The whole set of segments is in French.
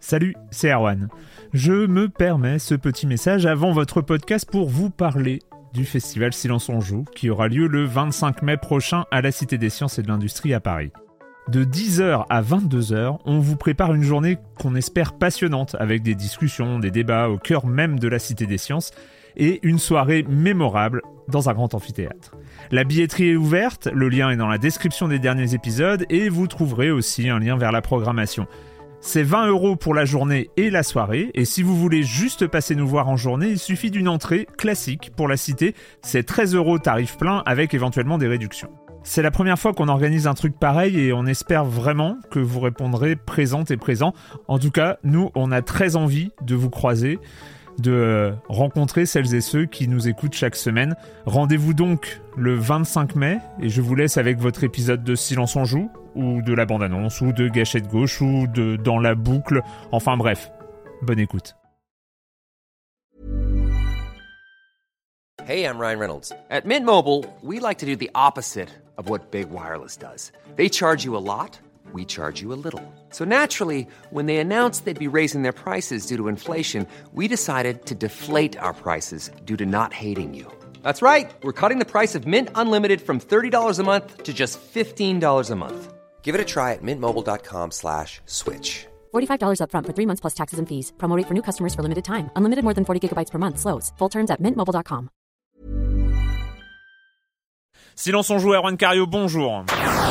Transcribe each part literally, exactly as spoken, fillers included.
Salut, c'est Erwan. Je me permets ce petit message avant votre podcast pour vous parler du festival Silence on joue qui aura lieu le vingt-cinq mai prochain à la Cité des Sciences et de l'Industrie à Paris. De dix heures à vingt-deux heures, on vous prépare une journée qu'on espère passionnante avec des discussions, des débats au cœur même de la Cité des Sciences et une soirée mémorable dans un grand amphithéâtre. La billetterie est ouverte, le lien est dans la description des derniers épisodes et vous trouverez aussi un lien vers la programmation. C'est vingt euros pour la journée et la soirée, et si vous voulez juste passer nous voir en journée, il suffit d'une entrée classique pour la Cité, c'est treize euros tarif plein avec éventuellement des réductions. C'est la première fois qu'on organise un truc pareil et on espère vraiment que vous répondrez présente et présent. En tout cas, nous, on a très envie de vous croiser, de rencontrer celles et ceux qui nous écoutent chaque semaine. Rendez-vous donc le vingt-cinq mai et je vous laisse avec votre épisode de Silence on joue, ou de la bande-annonce, ou de Gâchette Gauche, ou de Dans la boucle. Enfin bref, bonne écoute. Hey, I'm Ryan Reynolds. At Mint Mobile, we like to do the opposite of what Big Wireless does. They charge you a lot, we charge you a little. So naturally, when they announced they'd be raising their prices due to inflation, we decided to deflate our prices due to not hating you. That's right. We're cutting the price of Mint Unlimited from thirty dollars a month to just fifteen dollars a month. Give it a try at mintmobile.com slash switch. forty-five dollars up front for three months plus taxes and fees. Promo rate for new customers for limited time. Unlimited more than forty gigabytes per month. Slows full terms at mint mobile dot com. Silence on joue, Erwan Cario, bonjour.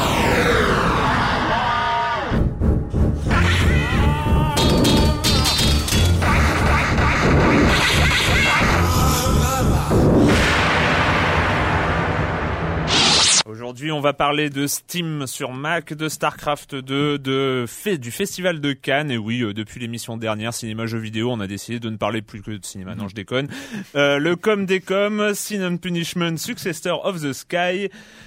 Aujourd'hui, on va parler de Steam sur Mac, de StarCraft deux, de fait du Festival de Cannes. Et oui, euh, depuis l'émission dernière, cinéma jeux vidéo, on a décidé de ne parler plus que de cinéma. Non, je déconne. Euh, le com des coms, Sin and Punishment, Successor of the Sky,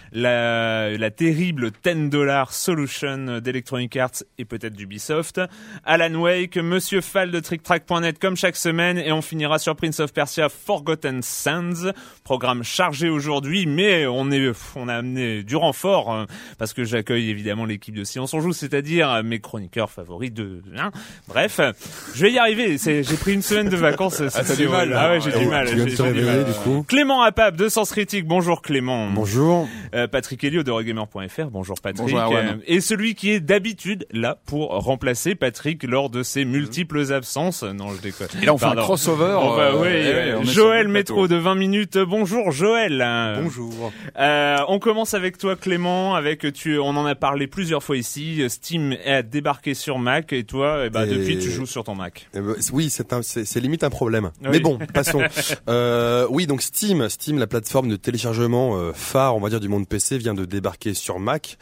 la, la terrible ten dollars Solution d'Electronic Arts et peut-être d'Ubisoft, Alan Wake, Monsieur Fall de TrickTrack point net comme chaque semaine, et on finira sur Prince of Persia Forgotten Sands. Programme chargé aujourd'hui, mais on est, on a amené du renfort, hein, parce que j'accueille évidemment l'équipe de Silence on joue, c'est-à-dire mes chroniqueurs favoris de, hein. Bref, je vais y arriver. C'est, j'ai pris une semaine de vacances. Ah, t'as du mal. Ah ouais, j'ai ah, du ouais, mal. Tu viens de te réveiller, du coup. Clément Apap de Sens Critique. Bonjour Clément. Bonjour. Euh, Patrick Helio de Eurogamer point F R. Bonjour Patrick. Bonjour Erwan. Euh, et celui qui est d'habitude là pour remplacer Patrick lors de ses multiples absences. Non, je déconne. Et là, on fait Pardon. un crossover. On va, euh, oui, ouais, on est Joël sur le Métro plateau. de vingt minutes. Bonjour Joël. Bonjour. Euh, on commence avec toi Clément. Avec tu, on en a parlé plusieurs fois ici. Steam est débarqué sur Mac et toi, eh ben, Et... depuis tu joues sur ton Mac. Eh ben, oui, c'est, un, c'est, c'est limite un problème. Oui. Mais bon, passons. euh, oui, donc Steam, Steam, la plateforme de téléchargement euh, phare, on va dire, du monde P C, vient de débarquer sur Mac.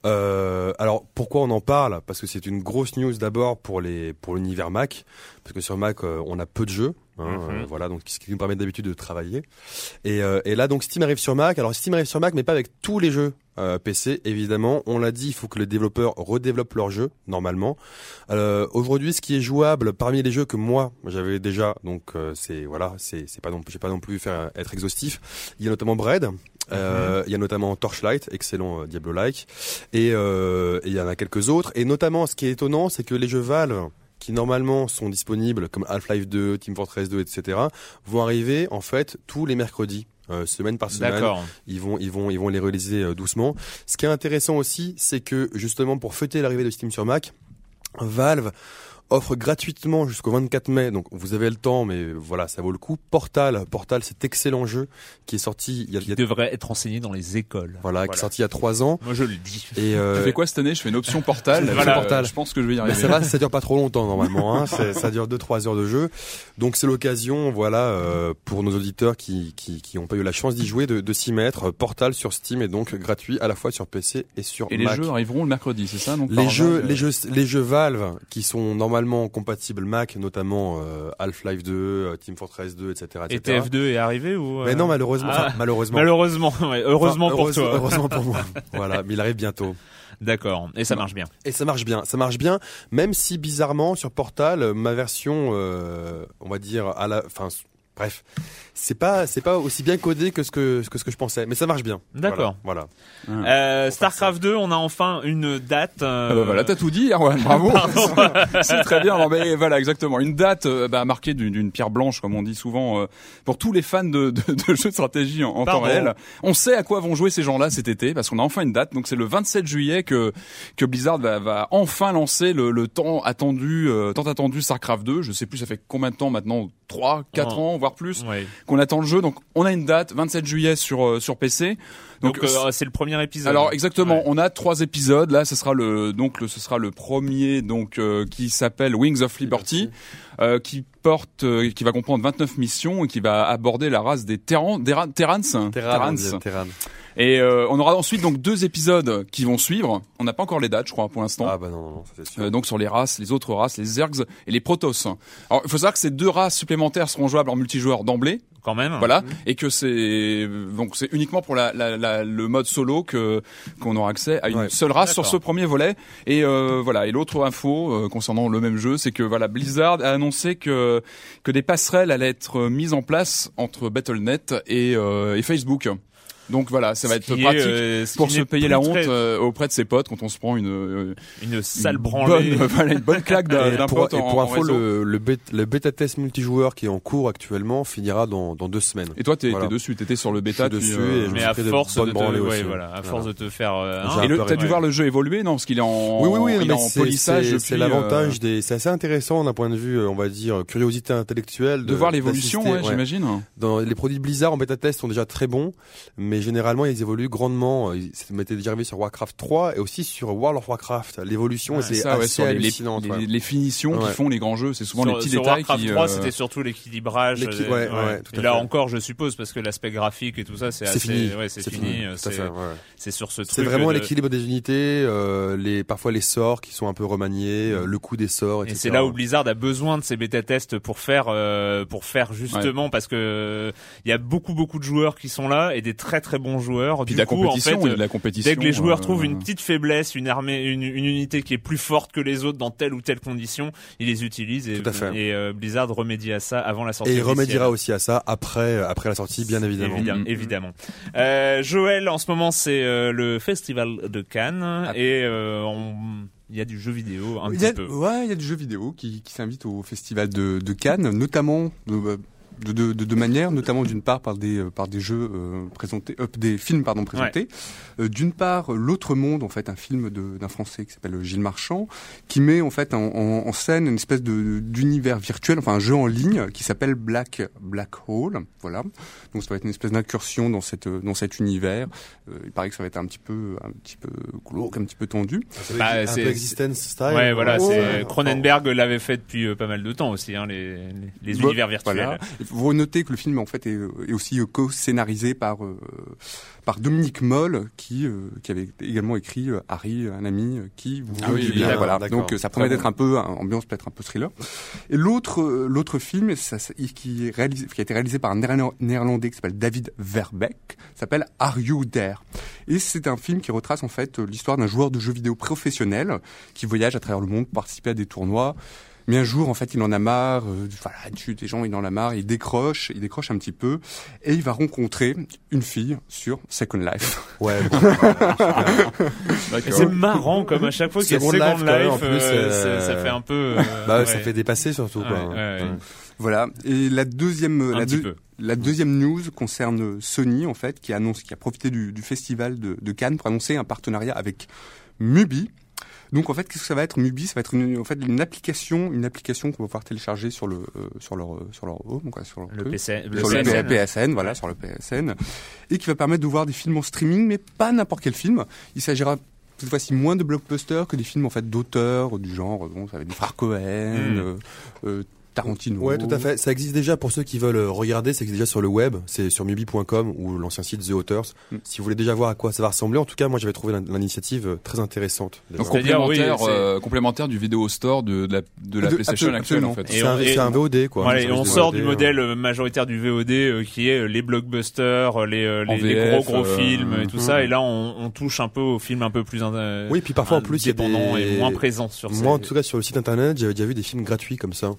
Euh, alors, pourquoi on en parle ? Parce que c'est une grosse news d'abord pour les pour l'univers Mac, parce que sur Mac, euh, on a peu de jeux. Hein, Mm-hmm. euh, voilà, donc ce qui nous permet d'habitude de travailler. Et, euh, et là, donc Steam arrive sur Mac. Alors Steam arrive sur Mac, mais pas avec tous les jeux euh, P C, évidemment. On l'a dit, il faut que les développeurs redéveloppent leurs jeux normalement. Euh, aujourd'hui, ce qui est jouable parmi les jeux que moi j'avais déjà, donc euh, c'est voilà, c'est c'est pas non, j'ai pas non plus faire être exhaustif. Il y a notamment Braid. Euh, il y a notamment Torchlight, excellent euh, Diablo-like, et euh, et il y en a quelques autres. Et notamment, ce qui est étonnant, c'est que les jeux Valve, qui normalement sont disponibles comme Half-Life deux, Team Fortress deux, et cetera, vont arriver en fait tous les mercredis. Euh, semaine par semaine, D'accord. ils vont, ils vont, ils vont les réaliser euh, doucement. Ce qui est intéressant aussi, c'est que justement pour fêter l'arrivée de Steam sur Mac, Valve offre gratuitement jusqu'au vingt-quatre mai, donc vous avez le temps, mais voilà, ça vaut le coup. Portal, Portal, cet excellent jeu qui est sorti il y a, il y a devrait être enseigné dans les écoles. voilà, qui est sorti il y a trois ans. Moi je le dis. Et euh, Tu fais quoi cette année? Je fais une option Portal. Voilà. Portal. Euh, je pense que je vais y mais arriver. ça va, ça dure pas trop longtemps normalement, hein. C'est, ça dure deux trois heures de jeu. Donc c'est l'occasion, voilà, euh, pour nos auditeurs qui qui qui ont pas eu la chance d'y jouer, de, de s'y mettre. Portal sur Steam est donc gratuit à la fois sur P C et sur Et les Mac. jeux arriveront le mercredi, c'est ça? Donc, Les par jeux, Valve, les jeux, les jeux Valve qui sont normalement compatibles Mac, notamment euh, Half-Life deux, euh, Team Fortress deux, et cetera, et Et cetera. T F deux est arrivé ou euh... Mais non, malheureusement, Ah. enfin, malheureusement. Malheureusement, ouais, heureusement Enfin, pour heureuse- toi. Heureusement pour moi. Voilà, mais il arrive bientôt. D'accord. Et ça marche bien. Et ça marche bien, ça marche bien, même si bizarrement sur Portal, ma version, euh, on va dire à la, enfin Bref, c'est pas c'est pas aussi bien codé que ce que que ce que je pensais, mais ça marche bien. D'accord. Voilà. voilà. Euh, Starcraft deux, on a enfin une date. Euh... Ah bah voilà, t'as tout dit, Erwan, bravo. C'est très bien. Non, mais voilà, exactement. Une date euh, bah, marquée d'une, d'une pierre blanche, comme on dit souvent, euh, pour tous les fans de, de, de jeux de stratégie en, en temps réel. On sait à quoi vont jouer ces gens-là cet été, parce qu'on a enfin une date. Donc c'est le vingt-sept juillet que que Blizzard va, va enfin lancer le, le temps attendu, euh, tant attendu Starcraft deux. Je sais plus, ça fait combien de temps maintenant, trois, quatre oh. ans, voire plus, oui. qu'on attend le jeu. Donc on a une date, vingt-sept juillet sur euh, sur P C. Donc, donc euh, c'est le premier épisode. Alors exactement, ouais. on a trois épisodes. Là, ce sera le donc le, ce sera le premier donc euh, qui s'appelle Wings of Liberty, euh, qui porte, euh, qui va comprendre vingt-neuf missions et qui va aborder la race des Terrans, des Terrans, Terrans. Terrans. Et euh, on aura ensuite donc deux épisodes qui vont suivre. On n'a pas encore les dates, je crois, pour l'instant. Ah bah non, non, non ça c'est sûr. Euh, donc sur les races, les autres races, les Zergs et les Protoss. Alors il faut savoir que ces deux races supplémentaires seront jouables en multijoueur d'emblée. Quand même. Voilà, mmh. et que c'est donc c'est uniquement pour la, la, la le mode solo que qu'on aura accès à une ouais. seule race D'accord. sur ce premier volet. Et euh, voilà. Et l'autre info euh, concernant le même jeu, c'est que voilà, Blizzard a annoncé que que des passerelles allaient être mises en place entre Battle point net et, euh, et Facebook. Donc voilà, ça va être pratique est, euh, pour se payer la honte très... euh, auprès de ses potes quand on se prend une euh, une sale branlée, bonne, voilà, une bonne claque d'un, d'un pour, pote. Et en, pour info, en le, le, bêta, le bêta test multijoueur qui est en cours actuellement finira dans, dans deux semaines. Et toi, t'es, voilà. t'es dessus, t'étais sur le bêta, je suis tu, dessus. Euh, et mais à force de, de te, ouais, aussi. voilà, à force voilà. de te faire. Euh, et le, t'as dû voir le jeu évoluer, non? Parce qu'il est en, oui, oui, oui, il mais est en c'est, polissage. C'est, depuis, c'est l'avantage euh... des, c'est assez intéressant d'un point de vue, on va dire, curiosité intellectuelle. De, de voir l'évolution, ouais, ouais. j'imagine. Dans les produits de Blizzard en bêta test sont déjà très bons, mais généralement ils évoluent grandement. Ça m'était déjà arrivé sur Warcraft trois et aussi sur World of Warcraft. L'évolution ouais, était ça, assez ouais, hallucinante. Les, ouais. les, les finitions ouais. qui font les grands jeux, c'est souvent sur, les petits sur détails Warcraft qui. trois, euh... c'était surtout l'équilibrage. L'équi... Ouais, ouais, ouais, tout à et là fait. encore, je suppose, parce que l'aspect graphique et tout ça, c'est, c'est assez. Fini. Ouais, c'est, c'est fini. fini. C'est, fait, ouais. c'est sur ce truc. C'est vraiment de... l'équilibre des unités, euh, les parfois les sorts qui sont un peu remaniés, euh, le coup des sorts, et cetera. Et c'est là où Blizzard a besoin de ces bêta tests pour faire, euh, pour faire justement, ouais. parce que il y a beaucoup beaucoup de joueurs qui sont là et des très très bons joueurs. Puis du de la coup, compétition, en fait, de la compétition. Dès que les joueurs euh... trouvent une petite faiblesse, une armée, une, une unité qui est plus forte que les autres dans telle ou telle condition, ils les utilisent et, et euh, Blizzard remédie à ça avant la sortie. Et il remédiera aussi à ça après, après la sortie, bien évidemment. Évidemment. Mmh. évidemment. Euh, Joël, en ce moment, c'est euh, le Festival de Cannes ah. et euh, on... il y a du jeu vidéo un il petit a, peu. Ouais, il y a du jeu vidéo qui, qui s'invite au Festival de, de Cannes, notamment de, de, de, de deux manières, notamment d'une part par des, par des jeux euh, présentés, euh, des films pardon présentés. Ouais. Euh, d'une part, L'Autre Monde, en fait, un film de, d'un Français qui s'appelle Gilles Marchand, qui met en fait en, en, en scène une espèce de d'univers virtuel, enfin un jeu en ligne qui s'appelle Black Black Hole. Voilà. Donc ça va être une espèce d'incursion dans cette dans cet univers. Euh, il paraît que ça va être un petit peu un petit peu glauque, un petit peu tendu. Bah, un c'est, peu Existence style. Ouais, voilà. Oh, c'est ouais. Cronenberg oh. l'avait fait depuis euh, pas mal de temps aussi, hein, les les, les bah, univers virtuels. Voilà. Il faut noter que le film en fait est, est aussi euh, co-scénarisé par euh, par Dominique Moll qui euh, qui avait également écrit euh, Harry, un ami euh, qui vous ah oui, du bien. bien, voilà. d'accord. Donc euh, ça promet d'être un peu un, ambiance peut-être un peu thriller. Et l'autre euh, l'autre film ça, ça, qui est réalisé qui a été réalisé par un néerlandais qui s'appelle David Verbeek, s'appelle Are You There? Et c'est un film qui retrace en fait l'histoire d'un joueur de jeux vidéo professionnel qui voyage à travers le monde pour participer à des tournois. Mais un jour, en fait, il en a marre, euh, voilà, il tue des gens, il en a marre, il décroche, il décroche un petit peu, et il va rencontrer une fille sur Second Life. Ouais. Bon, c'est marrant, comme à chaque fois qu'il y a Second Life, Life en plus, euh, ça fait un peu. Euh, bah, ouais. ça fait dépasser surtout. Ouais, quoi. ouais, ouais. Ouais. Voilà. Et la deuxième, un la, deux, la deuxième news concerne Sony, en fait, qui annonce, qui a profité du, du festival de, de Cannes pour annoncer un partenariat avec Mubi. Donc en fait, qu'est-ce que ça va être Mubi? Ça va être une, en fait une application, une application qu'on va pouvoir télécharger sur le euh, sur leur sur leur home, quoi, sur leur le, P C, sur le P S N. P S N, voilà, sur le P S N, et qui va permettre de voir des films en streaming, mais pas n'importe quel film. Il s'agira cette fois-ci moins de blockbusters que des films en fait d'auteurs du genre, bon, ça va être des frères Cohen. Mm. Euh, euh, Tarantino. Ouais, tout à fait. Ça existe déjà pour ceux qui veulent regarder, ça existe déjà sur le web, c'est sur mubi point com ou l'ancien site The Authors. Mm. Si vous voulez déjà voir à quoi ça va ressembler, en tout cas, moi j'avais trouvé l'initiative très intéressante. Donc complémentaire, oui, euh, complémentaire du vidéo store de, de la, de la de, PlayStation actuelle en fait. C'est un, c'est un V O D quoi. Voilà, et on sort V O D, du modèle euh, majoritaire du V O D euh, qui est les blockbusters, les, euh, les, V F, les gros gros euh, films et tout mmh. ça. Et là, on, on touche un peu aux films un peu plus euh, oui, puis parfois en plus dépendants et moins présents sur. Moi, en tout cas, sur le site internet, j'avais déjà vu des films gratuits comme ça. Parfois,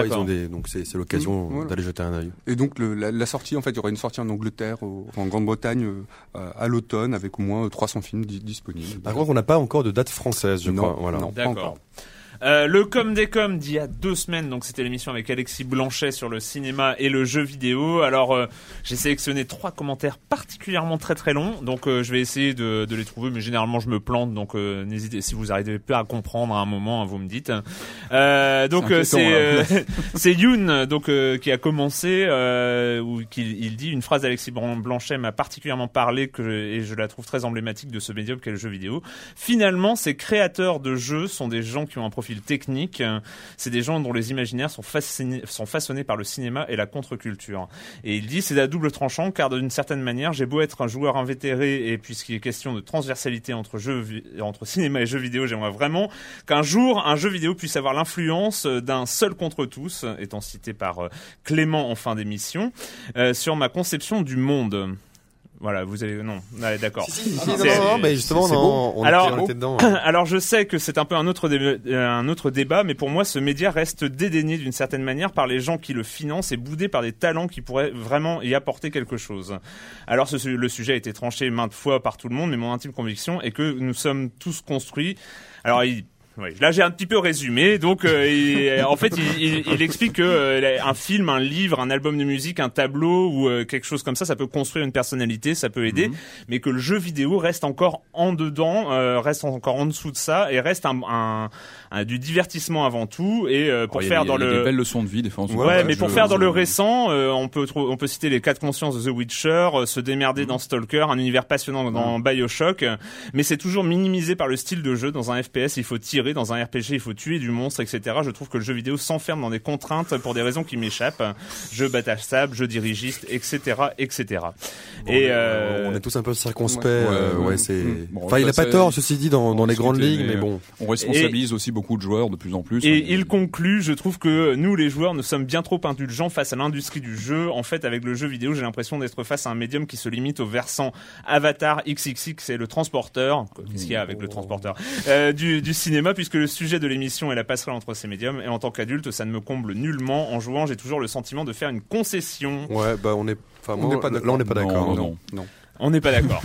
ils ont des, donc c'est, c'est l'occasion mmh, voilà. d'aller jeter un œil. Et donc le, la, la sortie, en fait, il y aura une sortie en Angleterre, au, en Grande-Bretagne, euh, à l'automne, avec au moins trois cents films di- disponibles. Par contre, on n'a pas encore de date française, je non, crois. Voilà. Non, D'accord. pas encore. Euh, le Com des Com d'il y a deux semaines, donc c'était l'émission avec Alexis Blanchet sur le cinéma et le jeu vidéo. Alors euh, j'ai sélectionné trois commentaires particulièrement très très longs, donc euh, je vais essayer de, de les trouver, mais généralement je me plante, donc euh, n'hésitez, si vous n'arrivez pas à comprendre à un moment, hein, vous me dites. Euh, donc c'est, euh, c'est, euh, c'est Youn donc euh, qui a commencé, euh, où qu'il il dit une phrase d'Alexis Blanchet m'a particulièrement parlé que je, et je la trouve très emblématique de ce médium qu'est le jeu vidéo. Finalement, ces créateurs de jeux sont des gens qui ont un profil technique, c'est des gens dont les imaginaires sont, fascinés, sont façonnés par le cinéma et la contre-culture. Et il dit c'est à double tranchant car d'une certaine manière j'ai beau être un joueur invétéré et puisqu'il est question de transversalité entre, jeux, entre cinéma et jeux vidéo, j'aimerais vraiment qu'un jour un jeu vidéo puisse avoir l'influence d'un seul contre tous, étant cité par Clément en fin d'émission, euh, sur ma conception du monde. Voilà, vous avez non, ouais, d'accord. Si, si, si, non, non, non, mais justement, c'est, c'est non, on, alors, était, on était dedans. Alors, je sais que c'est un peu un autre débat, un autre débat, mais pour moi, ce média reste dédaigné d'une certaine manière par les gens qui le financent et boudé par des talents qui pourraient vraiment y apporter quelque chose. Alors, ce, le sujet a été tranché maintes fois par tout le monde, mais mon intime conviction est que nous sommes tous construits. Alors, il Oui, là j'ai un petit peu résumé. Donc, euh, il, en fait, il, il, il explique que euh, un film, un livre, un album de musique, un tableau ou euh, quelque chose comme ça, ça peut construire une personnalité, ça peut aider, mmh. mais que le jeu vidéo reste encore en dedans, euh, reste encore en dessous de ça et reste un, un, un du divertissement avant tout. Et euh, pour oh, faire y a, dans y a le des belles leçons de vie, des fois. Ouais, ouais mais pour faire dans le récent, euh, on peut on peut citer les quatre consciences de The Witcher, euh, se démerder mmh. dans Stalker, un univers passionnant dans mmh. BioShock, mais c'est toujours minimisé par le style de jeu. Dans un F P S, il faut tirer, dans un R P G, il faut tuer du monstre, et cetera. Je trouve que le jeu vidéo s'enferme dans des contraintes pour des raisons qui m'échappent. Jeu batte à sable, jeu dirigiste, et cetera, et cetera. Bon, et euh... on est tous un peu circonspects. Ouais, euh, ouais, ouais c'est. Bon, enfin, il a pas tort, ceci dit, dans, dans les grandes ligues, mais bon. On responsabilise et... aussi beaucoup de joueurs de plus en plus. Et hein, il conclut, je trouve que nous, les joueurs, nous sommes bien trop indulgents face à l'industrie du jeu. En fait, avec le jeu vidéo, j'ai l'impression d'être face à un médium qui se limite au versant Avatar X X X, c'est le transporteur. Qu'est-ce qu'il y a avec le transporteur euh, du, du cinéma, puisque le sujet de l'émission est la passerelle entre ces médiums. Et en tant qu'adulte, ça ne me comble nullement. En jouant, j'ai toujours le sentiment de faire une concession. Ouais, bah on est. Enfin, on n'est pas d'accord. Là, on n'est pas d'accord. Non, non, non. non. On n'est pas d'accord.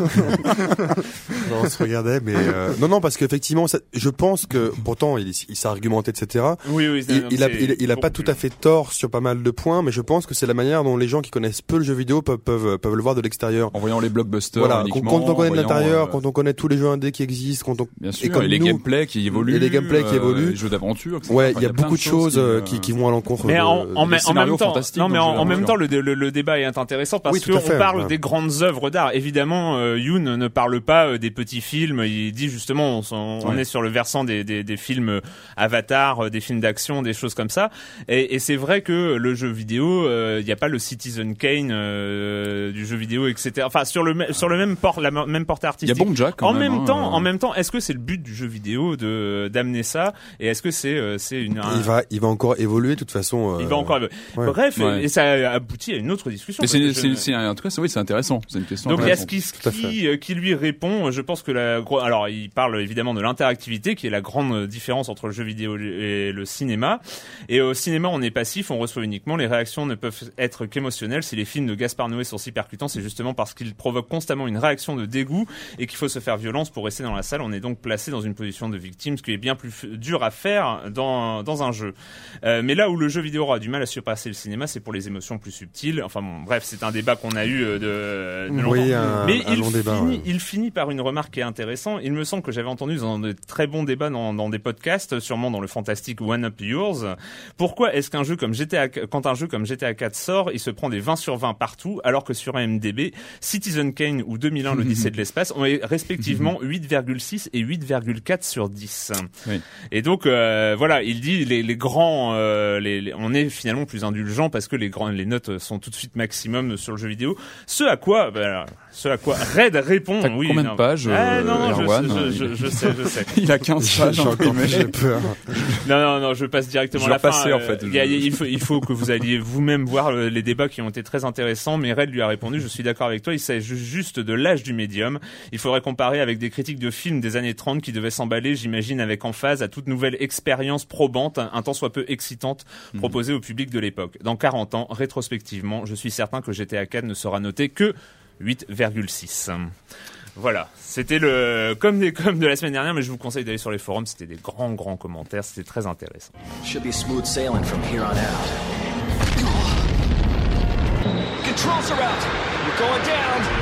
Non, on se regardait, mais euh... non, non, parce qu'effectivement, ça... je pense que pourtant il, il s'est argumenté, et cetera. Oui, oui. Il, il a, il, il a pas tout à fait tort sur pas mal de points, mais je pense que c'est la manière dont les gens qui connaissent peu le jeu vidéo peuvent peuvent, peuvent le voir de l'extérieur. En voyant les blockbusters. Voilà, uniquement, quand on connaît de l'intérieur, euh... quand on connaît tous les jeux indés qui existent, quand on bien sûr, et, comme et les nous, gameplays qui évoluent, et les gameplays qui évoluent, euh, les jeux d'aventure. et cetera. Ouais, il y a beaucoup de choses qui, qui vont à l'encontre. Mais de, en, en, de en même temps, non, mais en, en même temps, le, le, le débat est intéressant parce oui, qu'on parle des grandes œuvres d'art. Évidemment, euh, Youn ne parle pas euh, des petits films. Il dit justement, on, on ouais. est sur le versant des, des, des films Avatar, euh, des films d'action, des choses comme ça. Et, et c'est vrai que le jeu vidéo, il euh, n'y a pas le Citizen Kane euh, du jeu vidéo, et cetera. Enfin, sur le sur le même port, la même portée artistique. Il y a Bon Jack. En même, même hein, temps, euh... en même temps, est-ce que c'est le but du jeu vidéo de d'amener ça? Et est-ce que c'est euh, c'est une un... il va il va encore évoluer de toute façon. Euh... Il va encore évoluer. Ouais. Bref, ouais. et, et ça aboutit à une autre discussion. Mais c'est, c'est, c'est en tout cas, c'est, oui, c'est intéressant. C'est une question. Donc il y a ce qui, qui, qui lui répond. Je pense que la alors il parle évidemment de l'interactivité qui est la grande différence entre le jeu vidéo et le cinéma. Et au cinéma, on est passif, on reçoit uniquement. Les réactions ne peuvent être qu'émotionnelles. Si les films de Gaspard Noé sont si percutants, c'est justement parce qu'ils provoquent constamment une réaction de dégoût et qu'il faut se faire violence pour rester dans la salle. On est donc placé dans une position de victime, ce qui est bien plus dur à faire dans dans un jeu. Euh, mais là où le jeu vidéo aura du mal à surpasser le cinéma, c'est pour les émotions plus subtiles. Enfin bon, bref, c'est un débat qu'on a eu de, de longtemps. Oui, un, mais un il long finit, débat. Ouais. Il finit par une remarque qui est intéressante. Il me semble que j'avais entendu dans de très bons débats dans, dans des podcasts, sûrement dans le fantastique One Up Yours. Pourquoi est-ce qu'un jeu comme G T A, quand un jeu comme G T A quatre sort, il se prend des vingt sur vingt partout, alors que sur I M D B, Citizen Kane ou deux mille un, l'Odyssée de l'espace, ont respectivement huit virgule six et huit virgule quatre sur dix. Oui. Et donc, euh, voilà, il dit les, les grands, euh, les, les, on est finalement plus indulgent parce que les grands, les notes sont tout de suite maximum sur le jeu vidéo. Ce à quoi, bah, Ce à quoi Red répond. T'as oui, combien non. de pages, ah, non, non, Erwan, je, je, je, je sais, je sais. Il a quinze pages imprimées. J'ai peur. Non, non, non, je passe directement Je à la vais fin. repasser, en fait. Il, y a, il, faut, il faut que vous alliez vous-même voir les débats qui ont été très intéressants, mais Red lui a répondu, je suis d'accord avec toi, il s'agit juste de l'âge du médium. Il faudrait comparer avec des critiques de films des années trente qui devaient s'emballer, j'imagine, avec emphase à toute nouvelle expérience probante, un tant soit peu excitante, proposée au public de l'époque. Dans quarante ans, rétrospectivement, je suis certain que G T A quatre ne sera noté que huit virgule six. Voilà, c'était le comme des comme de la semaine dernière, mais je vous conseille d'aller sur les forums, c'était des grands grands commentaires, c'était très intéressant. Should be smooth sailing from here on out. Controls are out. You're going down.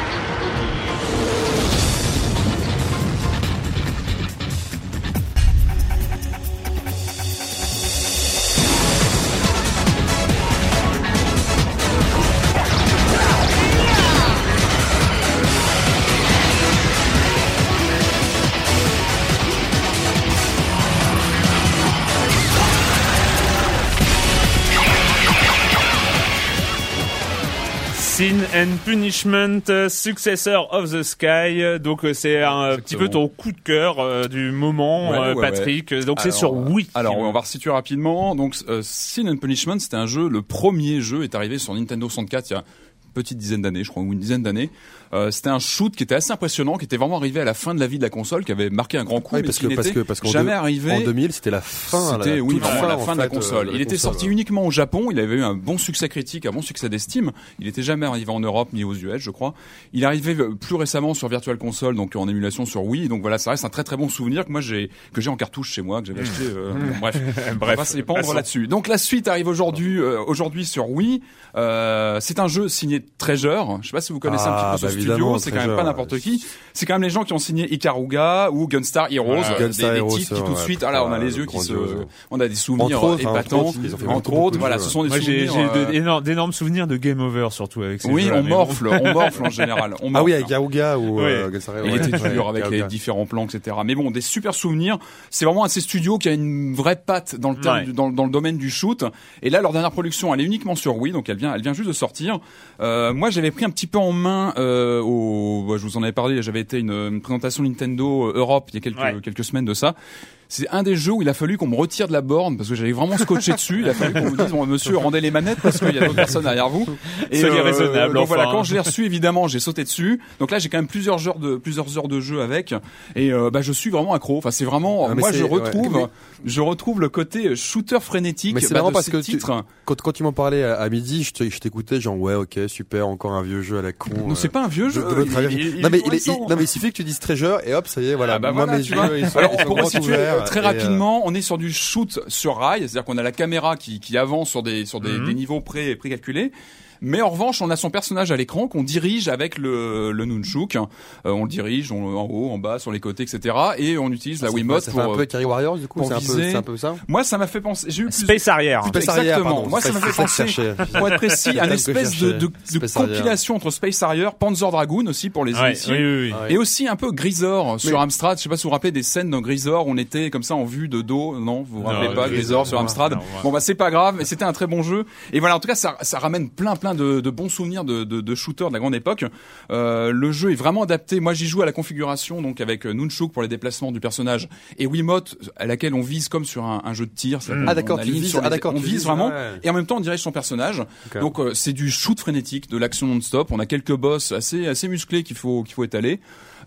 Sin and Punishment, uh, Successor of the Sky. Donc euh, c'est un Exactement. petit peu ton coup de cœur euh, du moment, ouais, euh, ouais, Patrick. Ouais. Donc alors, c'est sur Wii. Alors ouais, on va resituer rapidement. Donc euh, Sin and Punishment, c'était un jeu, le premier jeu est arrivé sur Nintendo soixante-quatre il y a une petite dizaine d'années, je crois, ou une dizaine d'années. Euh, c'était un shoot qui était assez impressionnant, qui était vraiment arrivé à la fin de la vie de la console, qui avait marqué un grand coup, oui, mais parce qui que, parce n'était que, parce jamais de, arrivé. En deux mille, c'était la fin. C'était, la, oui, vraiment fin, la fin de la fait, console. Euh, il était console, sorti ouais. uniquement au Japon. Il avait eu un bon succès critique, un bon succès d'estime. Il était jamais arrivé en Europe ni aux U S, je crois. Il est arrivé plus récemment sur Virtual Console, donc en émulation sur Wii. Donc voilà, ça reste un très très bon souvenir que moi j'ai que j'ai en cartouche chez moi, que j'avais acheté. Euh, bref, bref, on va se répandre là-dessus. Donc la suite arrive aujourd'hui, euh, aujourd'hui sur Wii. Euh, c'est un jeu signé Treasure. Je sais pas si vous connaissez ah, un petit peu bah ce studio. C'est quand même pas n'importe qui. C'est quand même les gens qui ont signé Ikaruga ou Gunstar Heroes, voilà, des, Gunstar des Heroes, titres qui tout de ouais, suite, ah là, on a les yeux qui se, on a des souvenirs autres, épatants. Entre autres, entre autres voilà, ce sont des Moi, souvenirs. J'ai, j'ai euh... d'énormes, d'énormes souvenirs de Game Over surtout avec ces oui, jeux-là, on morfle, bon. on morfle en général. On morfle. Ah oui, avec Ikaruga ou oui. euh, Gunstar Heroes. Il ouais, était dur ouais, avec Ikaruga. les différents plans, et cetera. Mais bon, des super souvenirs. C'est vraiment un de ces studios qui a une vraie patte dans le terme, ouais. du, dans, dans le domaine du shoot. Et là, leur dernière production, elle est uniquement sur Wii, donc elle vient, elle vient juste de sortir. Euh, moi, j'avais pris un petit peu en main euh, au, bah, je vous en avais parlé. J'avais été une, une présentation Nintendo Europe il y a quelques ouais. quelques semaines de ça. C'est un des jeux où il a fallu qu'on me retire de la borne parce que j'avais vraiment scotché dessus. Il a fallu qu'on me dise bon, monsieur, rendez les manettes parce qu'il y a d'autres personnes derrière vous. Et soyez euh, raisonnable. Donc enfin. voilà, quand je l'ai reçu, évidemment, j'ai sauté dessus. Donc là, j'ai quand même plusieurs heures de plusieurs heures de jeu avec, et euh, bah je suis vraiment accro. Enfin, c'est vraiment ah, moi c'est, je retrouve ouais. je retrouve le côté shooter frénétique. Mais c'est bah, marrant de parce ces que titres. tu, quand quand tu m'en parlais à, à midi, je, te, je t'écoutais genre ouais, ok, super, encore un vieux jeu à la con. Non, c'est pas un vieux de, jeu. de l'autre il, il, non mais il, il, il, non mais il suffit que tu dises Treasure et hop, ça y est, voilà. Ah bah moi voilà, mes tu yeux, vois. ils sont, Alors ils sont pour grands situer ouverts, très et, rapidement, on est sur du shoot sur rail, c'est-à-dire qu'on a la caméra qui, qui avance sur des sur des, mm-hmm. des niveaux pré précalculés. Mais en revanche, on a son personnage à l'écran qu'on dirige avec le, le nunchuk. Euh, on le dirige on, en haut, en bas, sur les côtés, et cetera. Et on utilise la Wiimote pour. Ça fait un peu Carry Warriors du coup. C'est un, peu, c'est un peu ça. Moi, ça m'a fait penser. J'ai eu plus... Space Arrière. Space Exactement. Arrière, pardon. Moi, ça m'a fait penser. Pour être précis, un espèce de, de, de compilation entre Space Harrier, Panzer Dragoon aussi pour les ouais, initiés, oui, oui, oui. et aussi un peu Grisor sur Mais... Amstrad. Je sais pas si vous vous rappelez des scènes dans Grisor, on était comme ça en vue de dos. Non, vous vous rappelez non, pas Grisor sur Amstrad. Non, bon bah c'est pas grave, mais c'était un très bon jeu. Et voilà, en tout cas, ça, ça ramène plein, plein de, de bons souvenirs de, de, de shooters de la grande époque. Euh, le jeu est vraiment adapté. Moi, j'y joue à la configuration, donc avec Nunchuk pour les déplacements du personnage et Wiimote à laquelle on vise comme sur un, un jeu de tir. Mmh. Ah d'accord, tu vises. Ah d'accord, on tu vise vises, vraiment. Ouais. Et en même temps, on dirige son personnage. Okay. Donc euh, c'est du shoot frénétique, de l'action non-stop. On a quelques boss assez assez musclés qu'il faut qu'il faut étaler.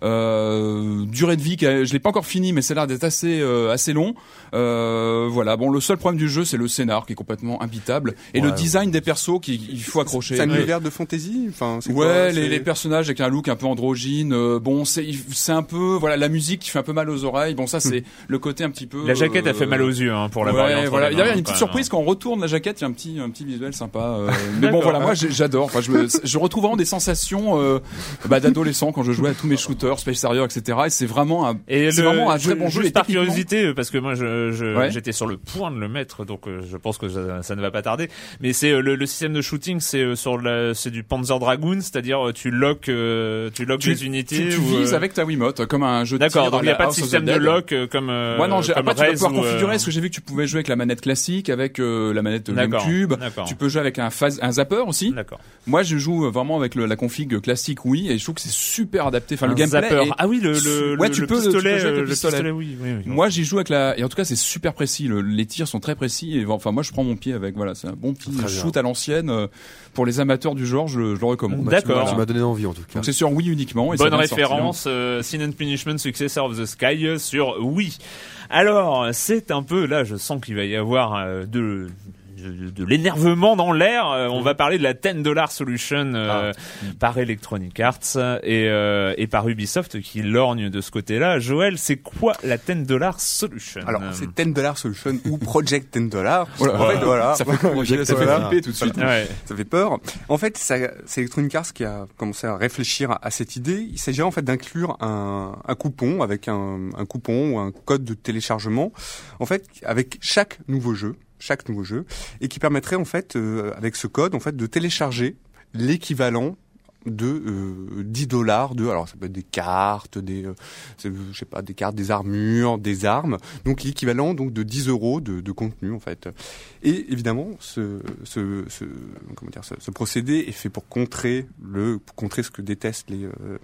Euh, durée de vie, je l'ai pas encore fini, mais c'est l'air d'être assez euh, assez long. Euh, voilà. Bon, le seul problème du jeu, c'est le scénar qui est complètement imbitable et ouais, le design ouais. des persos qui il faut accrocher. C'est un univers de fantasy. Enfin, c'est ouais, quoi, les, c'est... les personnages avec un look un peu androgyne. Euh, bon, c'est c'est un peu voilà la musique qui fait un peu mal aux oreilles. Bon, ça c'est le côté un petit peu. La jaquette euh, a fait mal aux yeux hein, pour la ouais, variante. Voilà. Il y a une petite même, surprise hein. quand on retourne la jaquette. Il y a un petit un petit visuel sympa. Euh, mais bon, voilà, moi j'adore. Enfin, je me, je retrouve vraiment des sensations euh, bah, d'adolescent quand je jouais à tous mes shooters, Space Harrier, et cetera. Et c'est vraiment un, et c'est le, vraiment un je, très bon jeu. Juste par curiosité, parce que moi, je, je ouais. j'étais sur le point de le mettre, donc euh, je pense que ça, ça ne va pas tarder. Mais c'est euh, le, le système de shooting, c'est c'est sur la, c'est du Panzer Dragoon, c'est-à-dire tu lock, euh, tu lock tu, les unités. Tu, tu ou, vises euh... avec ta Wiimote, comme un jeu de tir. D'accord, donc il n'y a pas de House of système the de Dead. lock euh, comme. Euh, ouais, non, j'ai, comme après tu vas pouvoir ou, configurer, euh... parce que j'ai vu que tu pouvais jouer avec la manette classique, avec euh, la manette D'accord, GameCube. d'accord. Tu peux jouer avec un phase, un zapper aussi. D'accord. Moi, je joue vraiment avec le, la config classique, oui, et je trouve que c'est super adapté. Enfin, un le gameplay. Zapper. Est... Ah oui, le, le, ouais, le, tu le peux, pistolet, tu peux le, le le pistolet. pistolet, oui, oui, oui. Moi, j'y joue avec la, et en tout cas, c'est super précis. Le, les tirs sont très précis. Et enfin, moi, je prends mon pied avec. Voilà, c'est un bon petit Très shoot bien. à l'ancienne. Euh, pour les amateurs du genre, je, je le recommande. D'accord. Tu m'as donné envie en tout cas. Donc c'est sur Wii uniquement. Et Bonne ça vient de sortir. référence, euh, Sin and Punishment, Successor of the Sky euh, sur Wii. Alors, c'est un peu, là, je sens qu'il va y avoir euh, de... De, de l'énervement dans l'air. Euh, on va parler de la ten dollar solution euh, ah. par Electronic Arts et, euh, et par Ubisoft qui lorgne de ce côté-là. Joël, c'est quoi la ten dollar solution? Alors, c'est ten dollar solution ou Project ten dollar. Voilà. En fait, voilà. Ça fait, Project, ça fait voilà. flipper tout de suite. Voilà. Ouais. Ça fait peur. En fait, ça, c'est Electronic Arts qui a commencé à réfléchir à, à cette idée. Il s'agirait en fait d'inclure un, un coupon avec un, un coupon ou un code de téléchargement. En fait, avec chaque nouveau jeu. chaque nouveau jeu, et qui permettrait en fait, euh, avec ce code, en fait, de télécharger l'équivalent de euh, dix dollars de, alors ça peut être des cartes, des, euh, je sais pas, des cartes, des armures, des armes, donc l'équivalent donc de dix euros de, de contenu en fait. Et évidemment, ce, ce, ce comment dire, ce, ce procédé est fait pour contrer le, pour contrer ce que détestent les euh,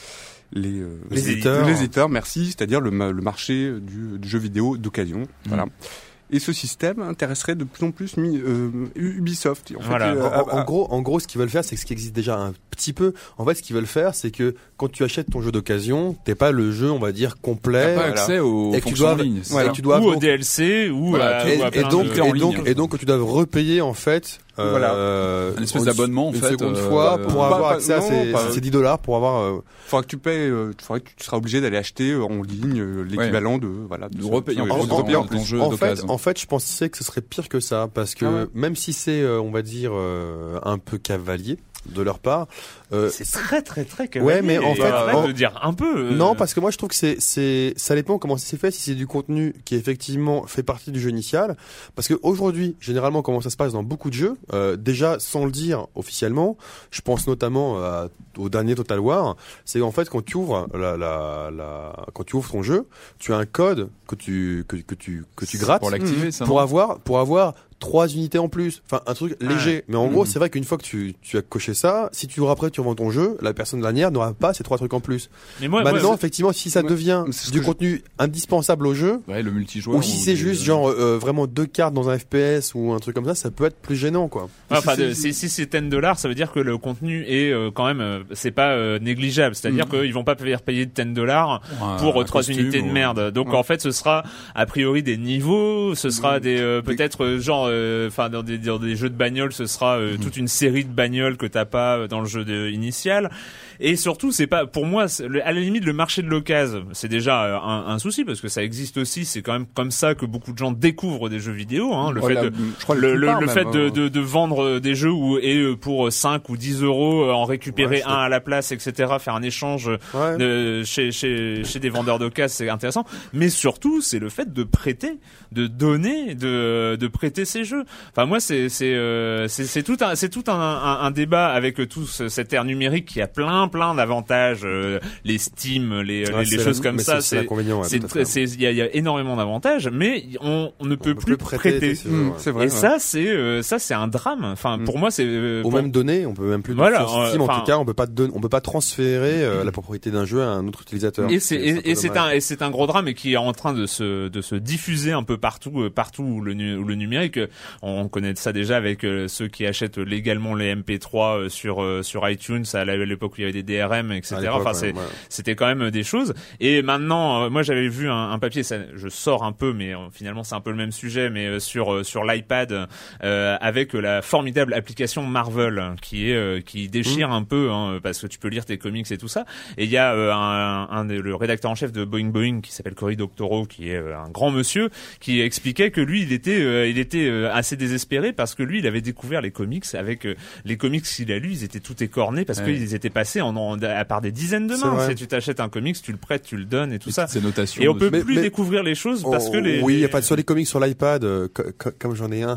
les, euh, les éditeurs, les éditeurs, merci, c'est-à-dire le, le marché du, du jeu vidéo d'occasion, mmh. voilà. Et ce système intéresserait de plus en plus euh, Ubisoft. En, fait, voilà. euh, en, en gros, en gros, ce qu'ils veulent faire, c'est ce qui existe déjà un petit peu. En fait, ce qu'ils veulent faire, c'est que quand tu achètes ton jeu d'occasion, t'es pas le jeu, on va dire, complet. T'as pas accès voilà. aux et fonctions en ligne. Voilà. ou tu dois au donc, D L C ou voilà, à, et, ou à et plein donc de... et en donc ligne. et donc tu dois repayer en fait. Voilà. Euh, une espèce une, d'abonnement en une fait. seconde euh, fois euh, pour pas- avoir pas- accès à non, ces, pas- ces dix dollars pour avoir. Euh, faudra que tu payes, euh, faudra que tu seras obligé d'aller acheter euh, en ligne euh, l'équivalent de voilà De ce- repayer ce- en de plus repayer en ton- ton plus. jeu en fait, d'occasion. en fait, je pensais que ce serait pire que ça parce que Ah ouais. même si c'est, euh, on va dire, euh, un peu cavalier de leur part. Euh, C'est très très très cavalier. Ouais, mais en Et fait, arrête en- de dire un peu. euh, Non, parce que moi je trouve que c'est, c'est, ça dépend comment c'est fait. Si c'est du contenu qui effectivement fait partie du jeu initial, parce que aujourd'hui, généralement, comment ça se passe dans beaucoup de jeux, euh, déjà sans le dire officiellement, je pense notamment à, au dernier Total War, c'est en fait quand tu ouvres la, la, la, quand tu ouvres ton jeu, tu as un code que tu que, que tu que tu grattes pour l'activer, ça. pour non avoir pour avoir trois unités en plus. Enfin, un truc léger. Mais en Mmh. gros, c'est vrai qu'une fois que tu, tu as coché ça, si tu après tu revends ton jeu, la personne dernière n'aura pas ces trois trucs en plus. Mais moi, Maintenant, moi, effectivement, si ça Ouais. devient C'est ce du que contenu indispensable au jeu, Ouais, le multijoueur. ou si c'est des- juste genre euh, vraiment deux cartes dans un F P S ou un truc comme ça, ça peut être plus gênant, quoi. enfin, Si de- c'est- si, si c'est dix dollars, ça veut dire que le contenu est euh, quand même, euh, c'est pas euh, négligeable. C'est-à-dire Mm. qu'ils vont pas faire payer dix dollars un- pour euh, un trois costume unités de ou- merde. Donc Ouais. en fait, ce sera a priori des niveaux, ce sera des euh, Des- peut-être euh, genre, enfin dans des dans des jeux de bagnole, ce sera euh, toute une série de bagnoles que t'as pas euh, dans le jeu de, initial. Et surtout, c'est pas pour moi, c'est le- à la limite, le marché de l'occasion, c'est déjà euh, un, un souci parce que ça existe aussi. C'est quand même comme ça que beaucoup de gens découvrent des jeux vidéo. Hein, le Oh, fait la- de je crois le, le, plupart le même, fait de, hein. de, de vendre des jeux où, et euh, pour cinq ou dix euros, euh, en récupérer Ouais, je un à la place, et cetera, faire un échange Ouais. de, chez, chez, chez des vendeurs d'occasion, c'est intéressant. Mais surtout, c'est le fait de prêter, de donner, de, de prêter ces jeux. Enfin, moi, c'est, c'est, euh, c'est, c'est tout un, c'est tout un, un, un débat avec tout ce, cette ère numérique qui a plein, plein d'avantages, euh, les Steam, les, Ouais, les, les c'est choses la- comme mais ça. c'est C'est, l'inconvénient, ouais, c'est, tout à fait. c'est, il y a, il y a énormément d'avantages, mais on, on ne peut On plus prêter. ces Mmh, jeux, ouais. c'est vrai. Et ouais. ça, c'est euh, ça, c'est un drame. Enfin, Mm. pour moi, c'est euh, Ou pour- même donner, on peut même plus Voilà, sur Steam, euh, en enfin- tout cas, on peut pas don- on peut pas transférer euh, la propriété d'un jeu à un autre utilisateur. Et c'est un et, peu et c'est dommage. un et c'est un gros drame et qui est en train de se de se diffuser un peu partout euh, partout où le nu- où le numérique, euh, on connaît ça déjà avec euh, ceux qui achètent légalement les M P trois euh, sur euh, sur iTunes à la- à l'époque où il y avait des D R M, et cetera. À l'époque, Enfin, ouais, c'est ouais. c'était quand même des choses. Et maintenant, euh, moi j'avais vu un, un papier, ça, je sors un peu, mais euh, finalement c'est un peu le même sujet, mais euh, sur euh, sur l'iPad euh, avec la formidable application Marvel qui est euh, qui déchire un peu, hein, parce que tu peux lire tes comics et tout ça. Et il y a euh, un, un des- le rédacteur en chef de Boing Boing qui s'appelle Cory Doctorow, qui est euh, un grand monsieur, qui expliquait que lui il était euh, il était euh, assez désespéré parce que lui il avait découvert les comics avec euh, les comics qu'il a lus, ils étaient tout écornés parce Ouais. qu'ils étaient passés en, en à part des dizaines de mains. Si tu t'achètes un comics, tu le prêtes, tu le donnes et tout ça. Ces notations. Et on peut mais, plus mais, découvrir les choses parce oh, que les. Oui, il les... y a pas de sur les comics sur l'iPad, euh, co- co- comme j'en ai un.